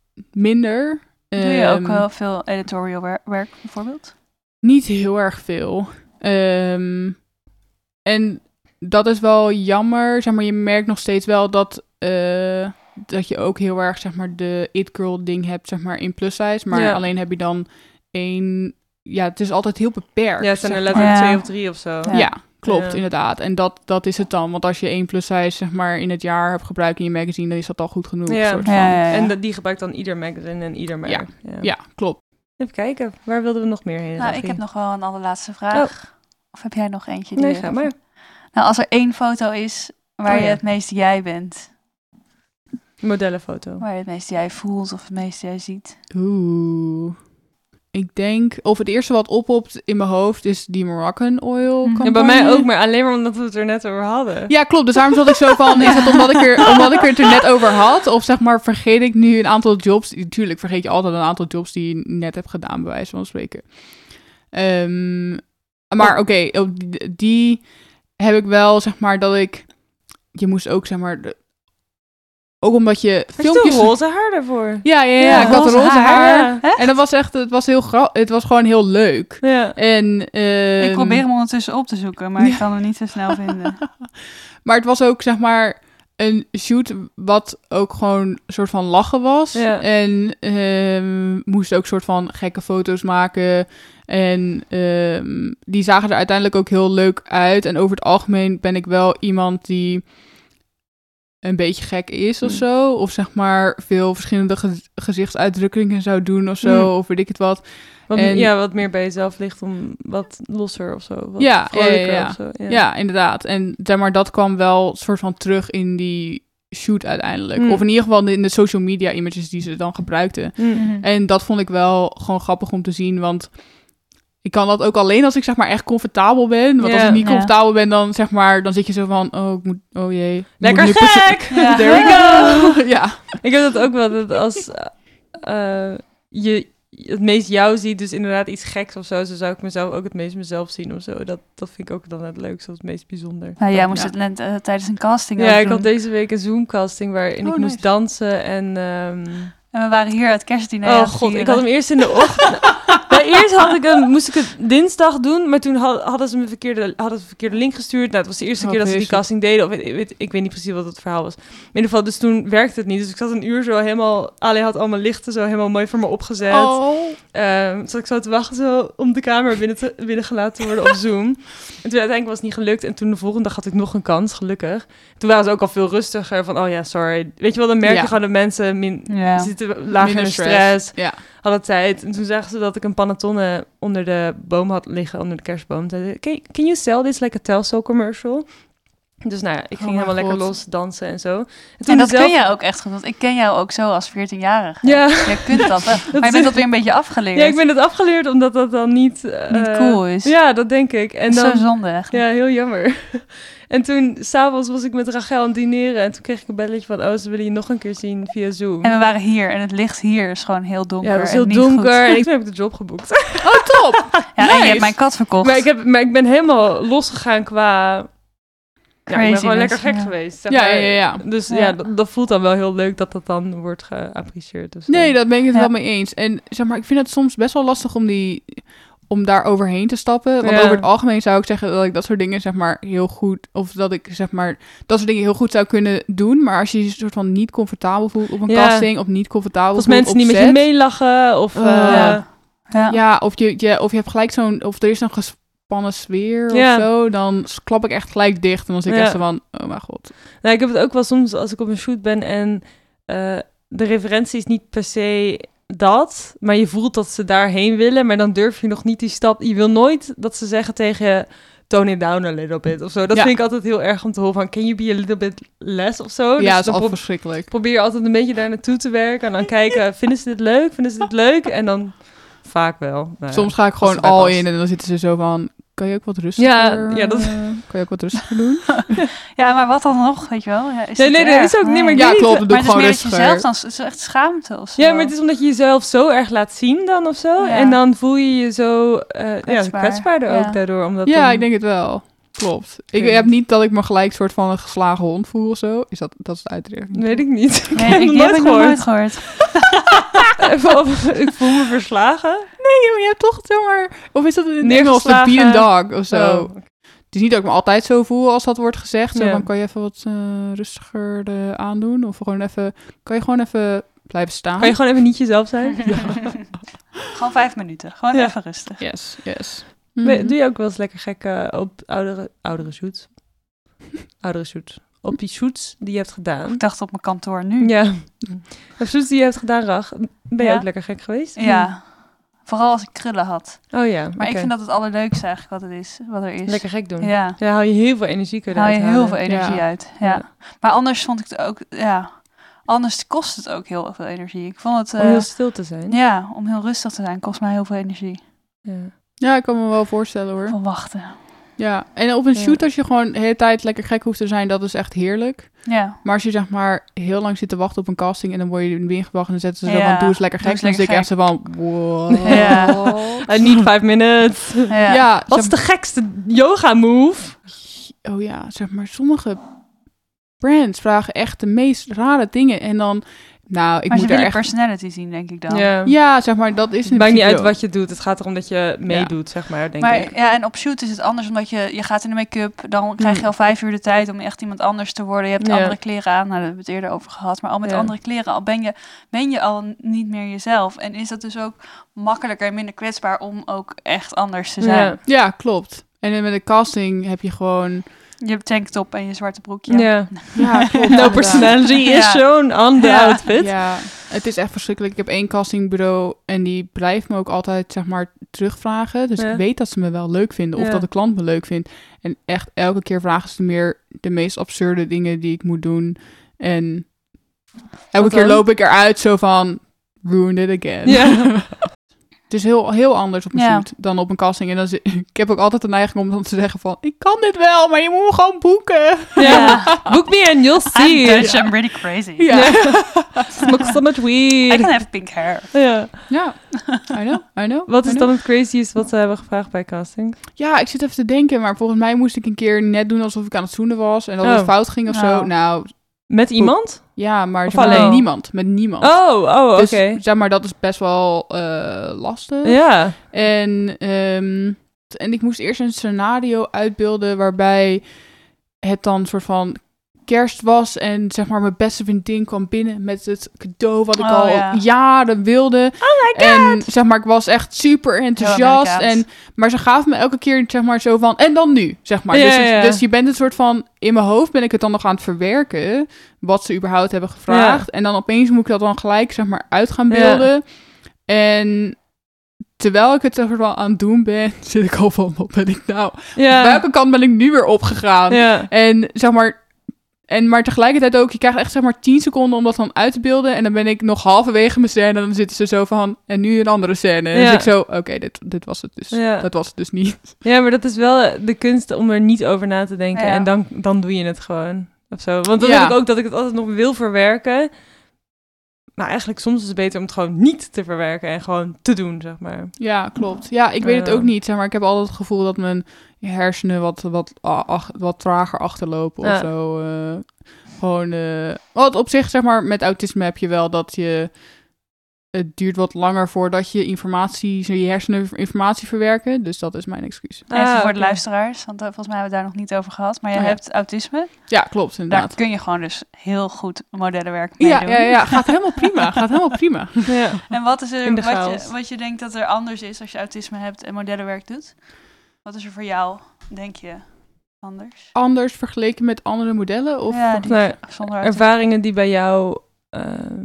minder. Doe je ook Um, wel veel editorial wer- werk bijvoorbeeld? Niet heel erg veel. Um, en dat is wel jammer. Zeg maar, je merkt nog steeds wel dat, uh, dat je ook heel erg zeg maar, de it-girl ding hebt zeg maar, in plus size. Maar Ja. alleen heb je dan één... Ja, het is altijd heel beperkt. Ja, het zijn er zeg letterlijk maar. twee Ja. of drie of zo. Ja, ja klopt, Ja. inderdaad. En dat, dat is het dan. Want als je één plus size zeg maar, in het jaar hebt gebruikt in je magazine, dan is dat al goed genoeg. Ja. Soort Ja, van. ja, ja. En de- die gebruikt dan ieder magazine en ieder merk. Ja. Ja, klopt. Even kijken, waar wilden we nog meer heen? Nou, ik Raffi? heb nog wel een allerlaatste vraag. Of heb jij nog eentje? die Nee, je- ga maar. Nou, als er één foto is waar Oh, je ja. het meest jij bent. Modellenfoto. Waar je het meest jij voelt of het meest jij ziet. Oeh. Ik denk, of het eerste wat oppopt in mijn hoofd is die Moroccan oil Mhm. Ja, bij campagne. mij ook, maar alleen maar omdat we het er net over hadden. Ja, klopt. Dus daarom zat ik zo van, is het omdat ik, er, omdat ik er het er net over had? Of zeg maar, vergeet ik nu een aantal jobs? Natuurlijk vergeet je altijd een aantal jobs die je net hebt gedaan, bij wijze van spreken. Ehm, maar oké, okay, die, die heb ik wel, zeg maar, dat ik... Je moest ook, zeg maar... De, ook omdat je Had je filmpjes... toch roze haar daarvoor? Ja, ja, ja, Ja, ik had roze roze haar. haar. Echt? En dat was echt, het was heel gra- het was gewoon heel leuk. Ja. En, ehm, Ik probeer hem ondertussen op te zoeken, maar ik kan hem niet zo snel vinden. Maar het was ook, zeg maar, een shoot wat ook gewoon een soort van lachen was. Ja. En ehm moest ook soort van gekke foto's maken. En ehm, die zagen er uiteindelijk ook heel leuk uit. En over het algemeen ben ik wel iemand die een beetje gek is of Mm. zo. Of zeg maar veel verschillende ge- gezichtsuitdrukkingen zou doen of zo. Mm. Of weet ik het wat. Wat, En- ja, wat meer bij jezelf ligt om wat losser of zo. Wat Ja, vrolijker ja, ja, ja. of zo. Ja. Ja, inderdaad. En zeg maar, dat kwam wel soort van terug in die shoot uiteindelijk. Mm. Of in ieder geval in de social media images die ze dan gebruikten. Mm. En dat vond ik wel gewoon grappig om te zien, want ik kan dat ook alleen als ik zeg maar echt comfortabel ben. Want als Ja. ik niet Ja. comfortabel ben, dan zeg maar, dan zit je zo van, oh, ik moet, oh jee. ik Lekker moet nu perso- gek! Ja. There we go! ja. Ik heb dat ook wel, dat als eh, je het meest jou ziet, dus inderdaad iets geks of zo, zo zou ik mezelf ook het meest mezelf zien of zo. Dat, dat vind ik ook dan het leukste of het meest bijzonder. Nou, jij Ja. moest het net eh, tijdens een casting Ja, ook ik had doen. deze week een Zoom-casting waarin Oh, ik moest nice. dansen en... ehm, En we waren hier uit kerstdiner. oh aan het god, ik vieren. had hem eerst in de ochtend... Nou, eerst had ik hem, moest ik het dinsdag doen, maar toen had- hadden ze me verkeerde, hadden ze verkeerde link gestuurd. Nou, het was de eerste Oh, keer dat ze die vreselijk. casting deden. Of, ik, weet, ik weet niet precies wat het verhaal was. In ieder geval, dus toen werkte het niet. Dus ik zat een uur zo helemaal... Ali had allemaal lichten zo helemaal mooi voor me opgezet. Oh. Ehm, zat ik zo te wachten zo om de kamer binnen, te, binnen gelaten te worden op Zoom. En toen uiteindelijk was het niet gelukt. En toen de volgende dag had ik nog een kans, gelukkig. Toen waren ze ook al veel rustiger van, oh ja, sorry. Weet je wel, dan merk je Ja. gewoon dat mensen min, Ja. zitten lager in Minder stress. Ja. Hadden tijd. En toen zagen ze dat ik een panettone onder de boom had liggen, onder de kerstboom. Toen zeiden ze, can, can you sell this like a Telcel commercial? Dus nou ja, ik ging mijn helemaal lekker God. los dansen en zo. En, En toen dat zelf- kun je ook echt goed. Want ik ken jou ook zo als veertienjarige. Ja. Je kunt dat wel. Maar je bent dat weer een beetje afgeleerd. Ja, ik ben het afgeleerd omdat dat dan niet... eh, Niet cool is. Ja, dat denk ik. En Dat is dan, zo zonde echt. ja, heel jammer. En toen, s'avonds was ik met Rachel aan het dineren. En toen kreeg ik een belletje van, oh, ze willen je nog een keer zien via Zoom. En we waren hier en het licht hier is gewoon heel donker. Ja, het was en heel niet donker. En goed. ik, toen heb ik de job geboekt. Oh, top! Ja, en je Nice. hebt mijn kat verkocht. Maar ik, heb, maar ik ben helemaal losgegaan qua... Ja, ik ben gewoon Craziness, lekker gek ja. geweest. zeg Ja, maar. ja, ja, ja. Dus ja, Ja. dat, dat voelt dan wel heel leuk dat dat dan wordt geapprecieerd. Dus, Nee, eh, daar ben ik het Ja. wel mee eens. En zeg maar, ik vind het soms best wel lastig om die om daar overheen te stappen. Want Ja. over het algemeen zou ik zeggen dat ik dat soort dingen zeg maar heel goed, of dat ik zeg maar dat soort dingen heel goed zou kunnen doen. Maar als je je soort van niet comfortabel voelt op een Ja. casting, of niet comfortabel Als voelt mensen op niet met je set, meelachen of... Oh. eh, Ja. Ja. ja, of je, je of je hebt gelijk zo'n, of er is een gespannen sfeer Ja. of zo, dan klap ik echt gelijk dicht en dan zit ik Ja. echt zo van, oh mijn god. Nou, ik heb het ook wel soms als ik op een shoot ben en eh, de referentie is niet per se dat, maar je voelt dat ze daarheen willen, maar dan durf je nog niet die stap. Je wil nooit dat ze zeggen tegen je, tone it down a little bit of zo. Dat Ja. vind ik altijd heel erg om te horen van, can you be a little bit less of zo? Dus Ja, dat is dan al pro- verschrikkelijk. probeer je altijd een beetje daar naartoe te werken en dan kijken, vinden ze dit leuk? Vinden ze dit leuk? En dan vaak wel. Nou ja, Soms ga ik als gewoon het bij al past. in en dan zitten ze zo van, kan je ook wat rustiger? Ja, ja, dat- eh, kan je ook wat rustiger doen? Ja, maar wat dan nog, weet je wel? Ja, is Nee, het nee, dat erg? is ook niet, maar ik Ja, weet niet, klopt, dat doe Maar ik het is gewoon meer dat je rustiger. zelf dan... Het is echt schaamte of zo. Ja, maar het is omdat je jezelf zo erg laat zien dan of zo. Ja. En dan voel je je zo uh, ja, Kwetsbaar. kwetsbaarder ook Ja. daardoor. Omdat Ja, dan- ik denk het wel. klopt. Ik heb niet dat ik me gelijk soort van een geslagen hond voel of zo. Is dat, dat is het uitdrukking? Weet ik niet. Ik Nee, heb ik, het die heb nooit ik nog gehoord. nooit gehoord. Even of- ik voel me verslagen. Nee, maar je hebt toch, zeg maar... Of is dat in het Engels, de Neergeslagen. be a dog of zo? Oh. Het is niet dat ik me altijd zo voel als dat wordt gezegd. Zo Ja. van, kan je even wat eh, rustiger eh, aandoen? Of gewoon even... Kan je gewoon even blijven staan? Kan je gewoon even niet jezelf zijn? Gewoon vijf minuten. Gewoon Ja. even rustig. Yes, yes. We- Mhm. Doe je ook wel eens lekker gek uh, op oudere, oudere shoots? Oudere shoots. Op die shoots die je hebt gedaan. Ik dacht op mijn kantoor nu. Ja. Op shoots die je hebt gedaan, Rach. Ben je Ja. ook lekker gek geweest? Ja. Vooral als ik krullen had. Oh ja, Maar ik oké. vind dat het allerleukste eigenlijk wat het is. Wat er is. Lekker gek doen. Ja. Ja, haal je heel veel energie kun je Haal je eruit heel halen. veel energie Ja. uit. Ja. Ja. Maar anders vond ik het ook... Ja. Anders kost het ook heel veel energie. Ik vond het... Om eh, heel stil te zijn. ja, om heel rustig te zijn kost mij heel veel energie. Ja. Ja, ik kan me wel voorstellen hoor. Van wachten. Ja, en op een Ja. shoot als je gewoon de hele tijd lekker gek hoeft te zijn, dat is echt heerlijk. Ja. Maar als je zeg maar heel lang zit te wachten op een casting en dan word je er binnengebracht en dan zetten ze zo Ja, van, doe eens lekker doe gek. eens Dan zit ik lekker echt zo van, wow. Ja. I need five minutes. Ja. Ja, Wat is zeg- de gekste yoga move? oh ja, zeg maar, sommige brands vragen echt de meest rare dingen. En dan, nou, ik maar ze moet er willen echt... personality zien, denk ik dan. Ja. Ja, zeg maar, dat is Het maakt niet principe uit ook. wat je doet. Het gaat erom dat je meedoet, zeg maar, denk Maar ik. ja, en op shoot is het anders, omdat je, je gaat in de make-up, dan krijg je al vijf uur de tijd om echt iemand anders te worden. Je hebt Ja. andere kleren aan, nou, daar hebben we het eerder over gehad. Maar al met Ja. andere kleren al ben je, ben je al niet meer jezelf. En is dat dus ook makkelijker en minder kwetsbaar om ook echt anders te zijn. Ja. Ja, klopt. En dan met de casting heb je gewoon... Je hebt tanktop en je zwarte broekje. Ja. Ja, klopt. No inderdaad. personality is Ja. shown on the Ja. outfit. Ja, het is echt verschrikkelijk. Ik heb één castingbureau en die blijft me ook altijd, zeg maar, terugvragen. Dus Ja. ik weet dat ze me wel leuk vinden of Ja. dat de klant me leuk vindt. En echt elke keer vragen ze meer de meest absurde dingen die ik moet doen. En elke Wat keer dan? loop ik eruit zo van, ruined it again. Ja. Het is heel, heel anders op een Ja. shoot dan op een casting. En dan zi- ik heb ook altijd de neiging om dan te zeggen van, ik kan dit wel, maar je moet me gewoon boeken. Ja. Book me and you'll I'm see. Dutch, I'm really crazy. Ja. Smoke so much I weed. can have pink hair. Ja. Ja, I know, I know. Wat I is know. dan het craziest wat ze hebben gevraagd bij casting? Ja, ik zit even te denken, maar volgens mij moest ik een keer net doen alsof ik aan het zoenen was en dat Oh. het fout ging of zo. Oh. Nou, Met iemand? ja, maar Of zeg maar, alleen? met niemand, met niemand. Oh, oh, oké. Dus zeg maar, dat is best wel eh, lastig. Ja. En, ehm, t- en ik moest eerst een scenario uitbeelden waarbij het dan soort van kerst was en zeg maar mijn beste vriendin kwam binnen met het cadeau wat ik Oh, al ja. jaren wilde. Oh my En zeg maar, ik was echt super enthousiast. Amerikaans. En, maar ze gaven me elke keer zeg maar zo van, en dan nu, zeg maar. Ja, dus, ja, ja. dus je bent een soort van, in mijn hoofd ben ik het dan nog aan het verwerken, wat ze überhaupt hebben gevraagd. En dan opeens moet ik dat dan gelijk zeg maar uit gaan Ja. beelden. En terwijl ik het er wel aan het doen ben, zit ik al van, wat ben ik nou? Ja. Welke kant ben ik nu weer opgegaan? Ja. En zeg maar, en maar tegelijkertijd ook, je krijgt echt zeg maar tien seconden om dat dan uit te beelden. En dan ben ik nog halverwege mijn scène en dan zitten ze zo van, en nu een andere scène. En Ja. dus ik zo, oké, dit, dit was het dus. Ja. Dat was het dus niet. Ja, maar dat is wel de kunst om er niet over na te denken. Ja. En dan, dan doe je het gewoon. Of zo. Want dan Ja. heb ik ook dat ik het altijd nog wil verwerken. Maar eigenlijk soms is het beter om het gewoon niet te verwerken en gewoon te doen, zeg maar. Ja, klopt. Ja, ik weet het Ja. ook niet, zeg maar. Ik heb altijd het gevoel dat mijn hersenen wat, wat, ah, ach- wat trager achterlopen Ja. of zo. eh, gewoon, eh wat op zich, zeg maar, met autisme heb je wel dat je... Het duurt wat langer voordat je informatie, je hersenen informatie verwerken. Dus dat is mijn excuus. Even Ah, voor oké. de luisteraars, want uh, volgens mij hebben we het daar nog niet over gehad. Maar je Oh, ja. hebt autisme. Ja, klopt, Daar inderdaad. kun je gewoon dus heel goed modellenwerk mee Ja, doen. ja, ja, gaat helemaal prima. Gaat helemaal prima. Ja. En wat is er In de wat chaos. je, wat je denkt dat er anders is als je autisme hebt en modellenwerk doet? Wat is er voor jou, denk je, anders? Anders vergeleken met andere modellen? Of ja, die, Nee, zonder autisme. ervaringen die bij jou... ehm,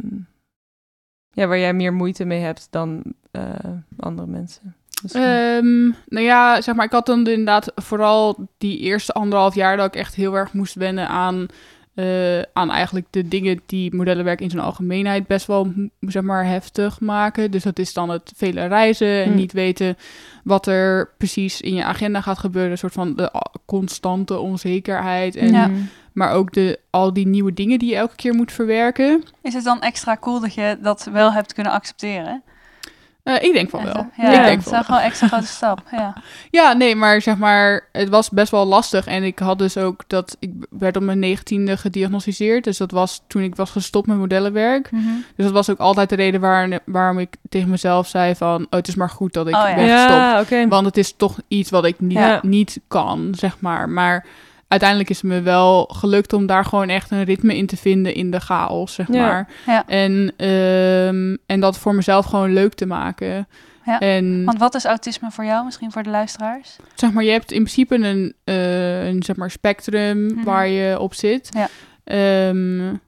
ja, waar jij meer moeite mee hebt dan eh, andere mensen. Misschien. Ehm, nou ja, zeg maar, ik had dan inderdaad vooral die eerste anderhalf jaar dat ik echt heel erg moest wennen aan, eh, aan eigenlijk de dingen die modellenwerk in zijn algemeenheid best wel, m- zeg maar, heftig maken. Dus dat is dan het vele reizen en Hm. niet weten wat er precies in je agenda gaat gebeuren. Een soort van de a- constante onzekerheid. En, Ja. Maar ook de, al die nieuwe dingen die je elke keer moet verwerken. Is het dan extra cool dat je dat wel hebt kunnen accepteren? Uh, ik denk van ja, wel. Ja, ik ja, denk het van is gewoon een extra grote stap. Ja. ja, nee, maar zeg maar, het was best wel lastig. En ik had dus ook dat, ik werd op mijn negentiende gediagnosticeerd. Dus dat was toen ik was gestopt met modellenwerk. Mm-hmm. Dus dat was ook altijd de reden waar, waarom ik tegen mezelf zei van, oh, het is maar goed dat ik oh, ja. ben ja, gestopt. Okay. Want het is toch iets wat ik niet, ja. niet kan, zeg maar. Maar uiteindelijk is het me wel gelukt om daar gewoon echt een ritme in te vinden in de chaos, zeg ja. maar. Ja. En, um, en dat voor mezelf gewoon leuk te maken. Ja. En, Want wat is autisme voor jou, misschien voor de luisteraars? zeg maar, je hebt in principe een, uh, een zeg maar, spectrum mm-hmm. waar je op zit. Ja. Um,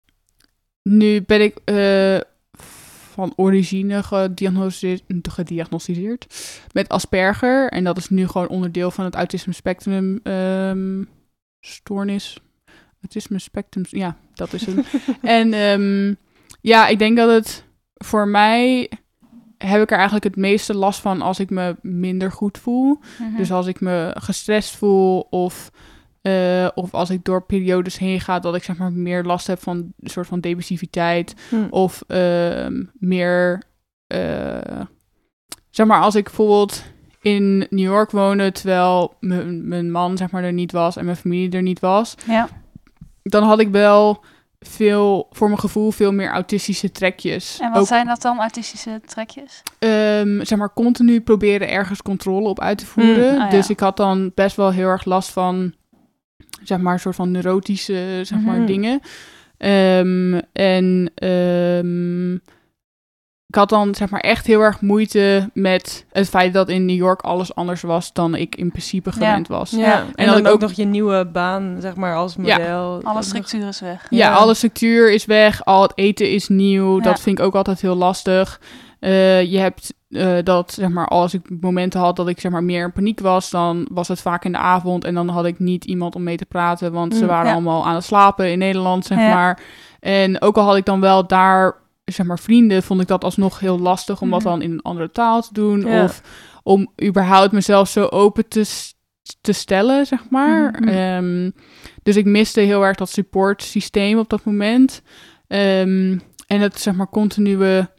nu ben ik uh, van origine gediagnosticeerd, gediagnosticeerd met Asperger. En dat is nu gewoon onderdeel van het autisme spectrum um, stoornis. Autisme spectrum, ja, dat is het. En um, ja, ik denk dat het voor mij... heb ik er eigenlijk het meeste last van als ik me minder goed voel. Mm-hmm. Dus als ik me gestrest voel of, uh, of als ik door periodes heen ga... dat ik zeg maar meer last heb van een soort van depressiviteit. Mm. Of uh, meer... Uh, zeg maar, als ik bijvoorbeeld in New York woonde... terwijl mijn man zeg maar er niet was en mijn familie er niet was... Ja. dan had ik wel... veel, voor mijn gevoel, veel meer autistische trekjes. En wat ook, zijn dat dan, autistische trekjes? Um, zeg maar, continu proberen ergens controle op uit te voeren. Mm, oh ja. Dus ik had dan best wel heel erg last van, zeg maar, een soort van neurotische, zeg maar, mm-hmm. dingen. Um, en um, ik had dan, zeg maar, echt heel erg moeite met het feit dat in New York alles anders was dan ik in principe gewend ja. was. Ja. Ja. En, en dan, dan ook, ook nog je nieuwe baan, zeg maar, als model. Ja. Alle structuur is weg. Ja, ja, alle structuur is weg. Al het eten is nieuw. Ja. Dat vind ik ook altijd heel lastig. Uh, je hebt uh, dat, zeg maar, als ik momenten had dat ik, zeg maar, meer in paniek was, dan was het vaak in de avond en dan had ik niet iemand om mee te praten, want mm, ze waren ja. allemaal aan het slapen in Nederland, zeg ja. maar. En ook al had ik dan wel daar... zeg maar, vrienden, vond ik dat alsnog heel lastig om dat dan in een andere taal te doen. Ja. Of om überhaupt mezelf zo open te, te stellen, zeg maar. Mm-hmm. Um, dus ik miste heel erg dat support systeem op dat moment. Um, en het, zeg maar, continue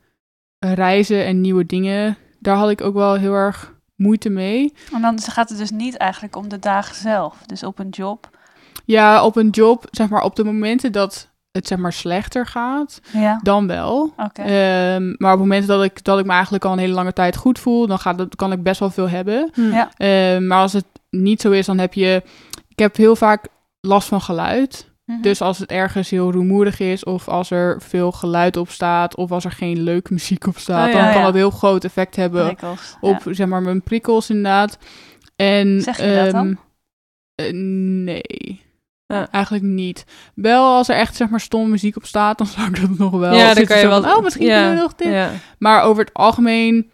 reizen en nieuwe dingen, daar had ik ook wel heel erg moeite mee. En dan gaat het dus niet eigenlijk om de dagen zelf, dus op een job? Ja, op een job, zeg maar, op de momenten dat het, zeg maar, slechter gaat, ja. dan wel. Okay. Um, maar op momenten dat ik, dat ik me eigenlijk al een hele lange tijd goed voel, dan gaat het, kan ik best wel veel hebben. Ja. Um, maar als het niet zo is, dan heb je... Ik heb heel vaak last van geluid. Mm-hmm. Dus als het ergens heel rumoerig is, of als er veel geluid op staat, of als er geen leuke muziek op staat, oh, ja, dan kan ja. dat heel groot effect hebben prikkels, op, ja. zeg maar, mijn prikkels inderdaad. En, zeg je um, dat dan? Uh, nee... Ja, eigenlijk niet. Wel als er echt, zeg maar, stom muziek op staat, dan zou ik dat nog wel. Ja, dan kan je wel. Van, oh, misschien ja, kunnen we nog dit. Ja. Maar over het algemeen,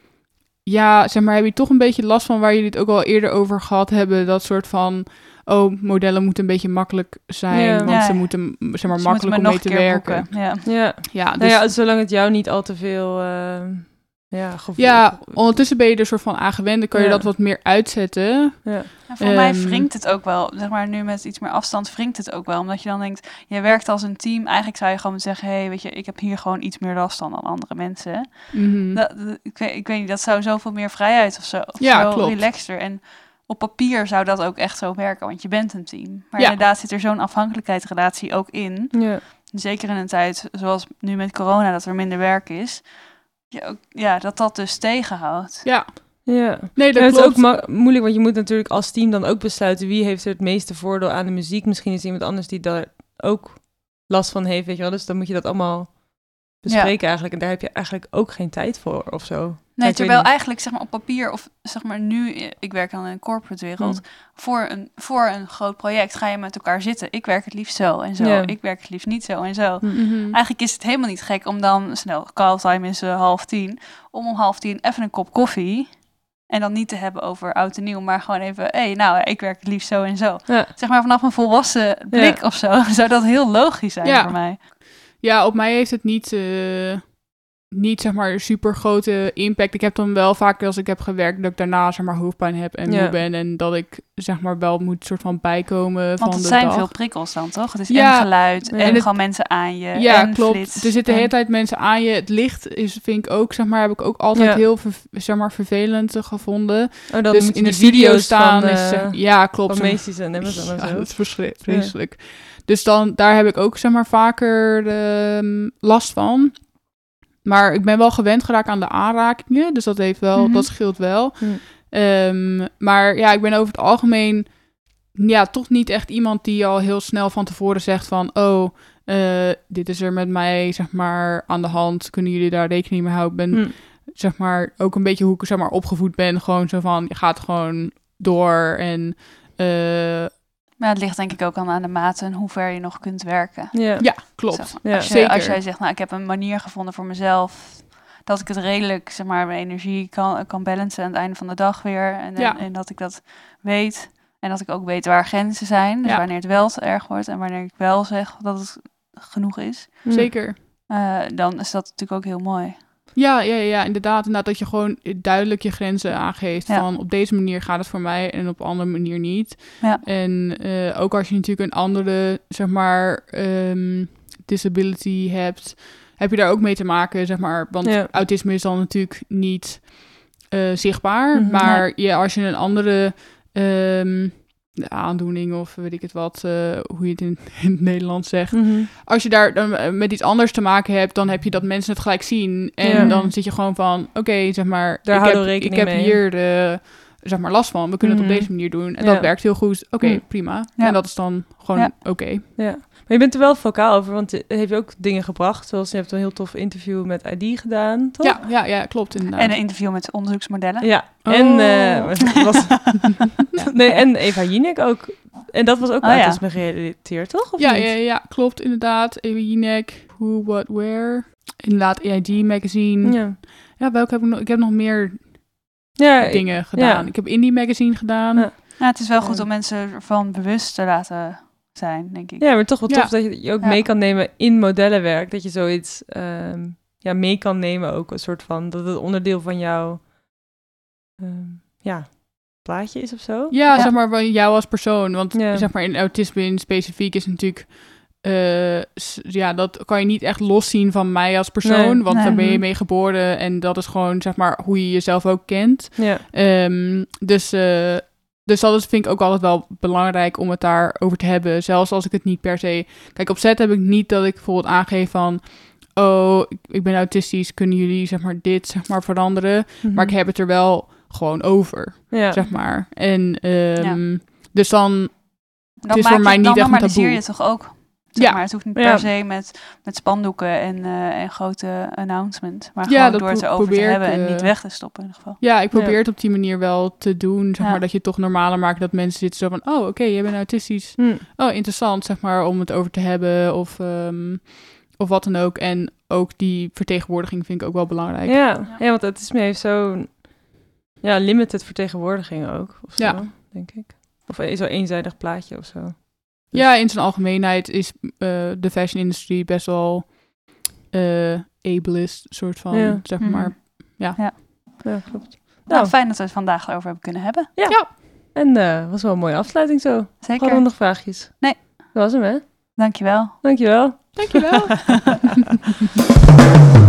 ja, zeg maar, heb je toch een beetje last van waar jullie het ook al eerder over gehad hebben. Dat soort van, oh, modellen moeten een beetje makkelijk zijn, ja. want ja, ze ja. moeten, zeg maar, ze makkelijk om mee te werken. Ja, ja. ja dus, nou ja, zolang het jou niet al te veel. Uh... Ja, gevoel. Ja, ondertussen ben je er soort van aan gewend, dan kan je ja. dat wat meer uitzetten. Ja. En voor um, mij wringt het ook wel, zeg maar, nu met iets meer afstand wringt het ook wel. Omdat je dan denkt, je werkt als een team. Eigenlijk zou je gewoon zeggen, hé, hey, weet je, ik heb hier gewoon iets meer last dan dan andere mensen. Mm-hmm. Dat, dat, ik, weet, ik weet niet, dat zou zoveel meer vrijheid of zo, of ja, zo klopt. relaxter. En op papier zou dat ook echt zo werken, want je bent een team. Maar ja. inderdaad zit er zo'n afhankelijkheidsrelatie ook in. Ja. Zeker in een tijd zoals nu met corona, dat er minder werk is. Ja, ook, ja, dat dat dus tegenhoudt. Ja. Ja. Nee, dat ja, klopt. Het is ook ma- moeilijk, want je moet natuurlijk als team dan ook besluiten wie heeft er het meeste voordeel aan de muziek. Misschien is iemand anders die daar ook last van heeft, weet je wel. Dus dan moet je dat allemaal bespreken ja. eigenlijk. En daar heb je eigenlijk ook geen tijd voor of zo. Nee, terwijl eigenlijk, zeg maar, op papier of zeg maar nu, ik werk dan in een corporate wereld, hmm. voor, een, voor een groot project ga je met elkaar zitten. Ik werk het liefst zo en zo. Ja. Ik werk het liefst niet zo en zo. Mm-hmm. Eigenlijk is het helemaal niet gek om dan snel, call time is uh, half tien, om om half tien even een kop koffie en dan niet te hebben over oud en nieuw, maar gewoon even, hé, hey, nou, ik werk het liefst zo en zo. Ja. Zeg maar vanaf een volwassen blik ja. of zo, zou dat heel logisch zijn ja. voor mij. Ja, op mij heeft het niet... Uh... niet, zeg maar, een super grote impact. Ik heb dan wel vaak als ik heb gewerkt dat ik daarna, zeg maar, hoofdpijn heb en Ja. moe ben. En dat ik, zeg maar, wel moet soort van bijkomen Want van het de zijn dag. veel prikkels dan, toch? Het is Ja. en geluid Ja. en En het- gewoon mensen aan je. Ja, en klopt. flits Er zitten de hele en- tijd mensen aan je. Het licht is, vind ik ook, zeg maar, heb ik ook altijd Ja. heel, ver, zeg maar, vervelend gevonden. Oh, dan Dus moet je in de die video video's staan van, is, eh, zeg- ja, klopt. van zeg Macy's en Amazon en Ja, zo. dat is verschri- vreselijk. Dus dan, daar heb ik ook, zeg maar, vaker ehm, last van. Maar ik ben wel gewend geraakt aan de aanrakingen. Dus dat heeft wel, Mhm. dat scheelt wel. Hm. Ehm, maar ja, ik ben over het algemeen ja, toch niet echt iemand die al heel snel van tevoren zegt van... oh, eh, dit is er met mij, zeg maar, aan de hand. Kunnen jullie daar rekening mee houden? Ik ben, Hm. zeg maar, ook een beetje hoe ik, zeg maar, opgevoed ben. Gewoon zo van, je gaat gewoon door en... eh, Maar het ligt denk ik ook aan, aan de mate en hoe ver je nog kunt werken. Ja. ja, Zo klopt. van, Ja. als, je, Zeker. als jij zegt, nou, ik heb een manier gevonden voor mezelf... dat ik het redelijk, zeg maar, mijn energie kan, kan balancen aan het einde van de dag weer. En, en, Ja. en dat ik dat weet. En dat ik ook weet waar grenzen zijn. Dus Ja. wanneer het wel te erg wordt en wanneer ik wel zeg dat het genoeg is. Hm. Zeker. Uh, dan is dat natuurlijk ook heel mooi. Ja, ja, ja, inderdaad. inderdaad. Dat je gewoon duidelijk je grenzen aangeeft. Ja. Van op deze manier gaat het voor mij en op een andere manier niet. Ja. En uh, ook als je natuurlijk een andere, zeg maar, um, disability hebt, heb je daar ook mee te maken, zeg maar. Want Ja. autisme is dan natuurlijk niet uh, zichtbaar. Mm-hmm, maar nee. ja, als je een andere um, aandoening of weet ik het wat, uh, hoe je het in, in het Nederlands zegt. Mm-hmm. Als je daar dan met iets anders te maken hebt, dan heb je dat mensen het gelijk zien. En Ja. dan zit je gewoon van, oké, okay, zeg maar, Daar ik houden heb, we rekening ik heb mee. hier de, zeg maar, last van. We kunnen Mm. het op deze manier doen. En Ja. dat werkt heel goed. Oké, okay, Mm. prima. Ja. En dat is dan gewoon Ja. oké. Okay. Ja. Maar je bent er wel vocaal over, want je heeft ook dingen gebracht. Zoals je hebt een heel tof interview met I D gedaan, toch? Ja, ja, ja, klopt inderdaad. En een interview met onderzoeksmodellen. Ja, Oh. en, uh, was, nee, en Eva Jinek ook. En dat was ook Oh, ja. autisme gerelateerd, toch? Of ja, niet? ja, ja, klopt inderdaad. Eva Jinek, Who, What, Where. Inderdaad, A I D Magazine. Ja, Ja. welke heb ik nog? Ik heb nog meer Ja, dingen gedaan. ja. Ik heb Indie Magazine gedaan. Ja. Ja, het is wel goed Ja. om mensen ervan bewust te laten zijn, denk ik. ja, maar toch wel tof Ja. dat je je ook Ja. mee kan nemen in modellenwerk. Dat je zoiets um, ja, mee kan nemen ook. Een soort van, dat het onderdeel van jouw um, ja, plaatje is of zo. Ja, Ja. zeg maar van jou als persoon. Want Ja. zeg maar in autisme in specifiek is natuurlijk... Uh, s- ja, dat kan je niet echt loszien van mij als persoon. Nee. Want Nee. daar ben je Mhm. mee geboren. En dat is gewoon, zeg maar, hoe je jezelf ook kent. Ja, Um, dus, uh, dus dat is, vind ik ook altijd wel belangrijk om het daarover te hebben. Zelfs als ik het niet per se... Kijk, op set heb ik niet dat ik bijvoorbeeld aangeef van... Oh, ik, ik ben autistisch. Kunnen jullie, zeg maar, dit, zeg maar, veranderen? mm-hmm. Maar ik heb het er wel gewoon over, ja. zeg maar. En um, dus dan... Dan is maak voor mij je, niet dan echt een normaliseer taboe. je het toch ook? Zeg Ja. maar, het hoeft niet Ja. per se met, met spandoeken en, uh, en grote announcement. Maar Ja, gewoon dat door het pro- erover te probeer ik, hebben en uh, niet weg te stoppen in ieder geval. Ja, ik probeer Ja. het op die manier wel te doen, zeg Ja. maar, dat je het toch normaler maakt dat mensen zitten zo van, oh, oké, okay, jij bent autistisch. Hm. Oh, interessant, zeg maar, om het over te hebben of, um, of wat dan ook. En ook die vertegenwoordiging vind ik ook wel belangrijk. Ja. Ja. ja, want autisme heeft zo'n ja, limited vertegenwoordiging ook, of zo, Ja. denk ik. Of een- zo'n eenzijdig plaatje of zo. Dus- Ja, in zijn algemeenheid is uh, de fashion industry best wel uh, ableist, soort van, Ja. zeg Mhm. maar. Ja, klopt. Nou, Nou, fijn dat we het vandaag erover hebben kunnen hebben. en uh, was wel een mooie afsluiting zo. Zeker. Hadden we nog vraagjes? Nee. Dat was hem, hè? Dankjewel. Dankjewel. Dankjewel.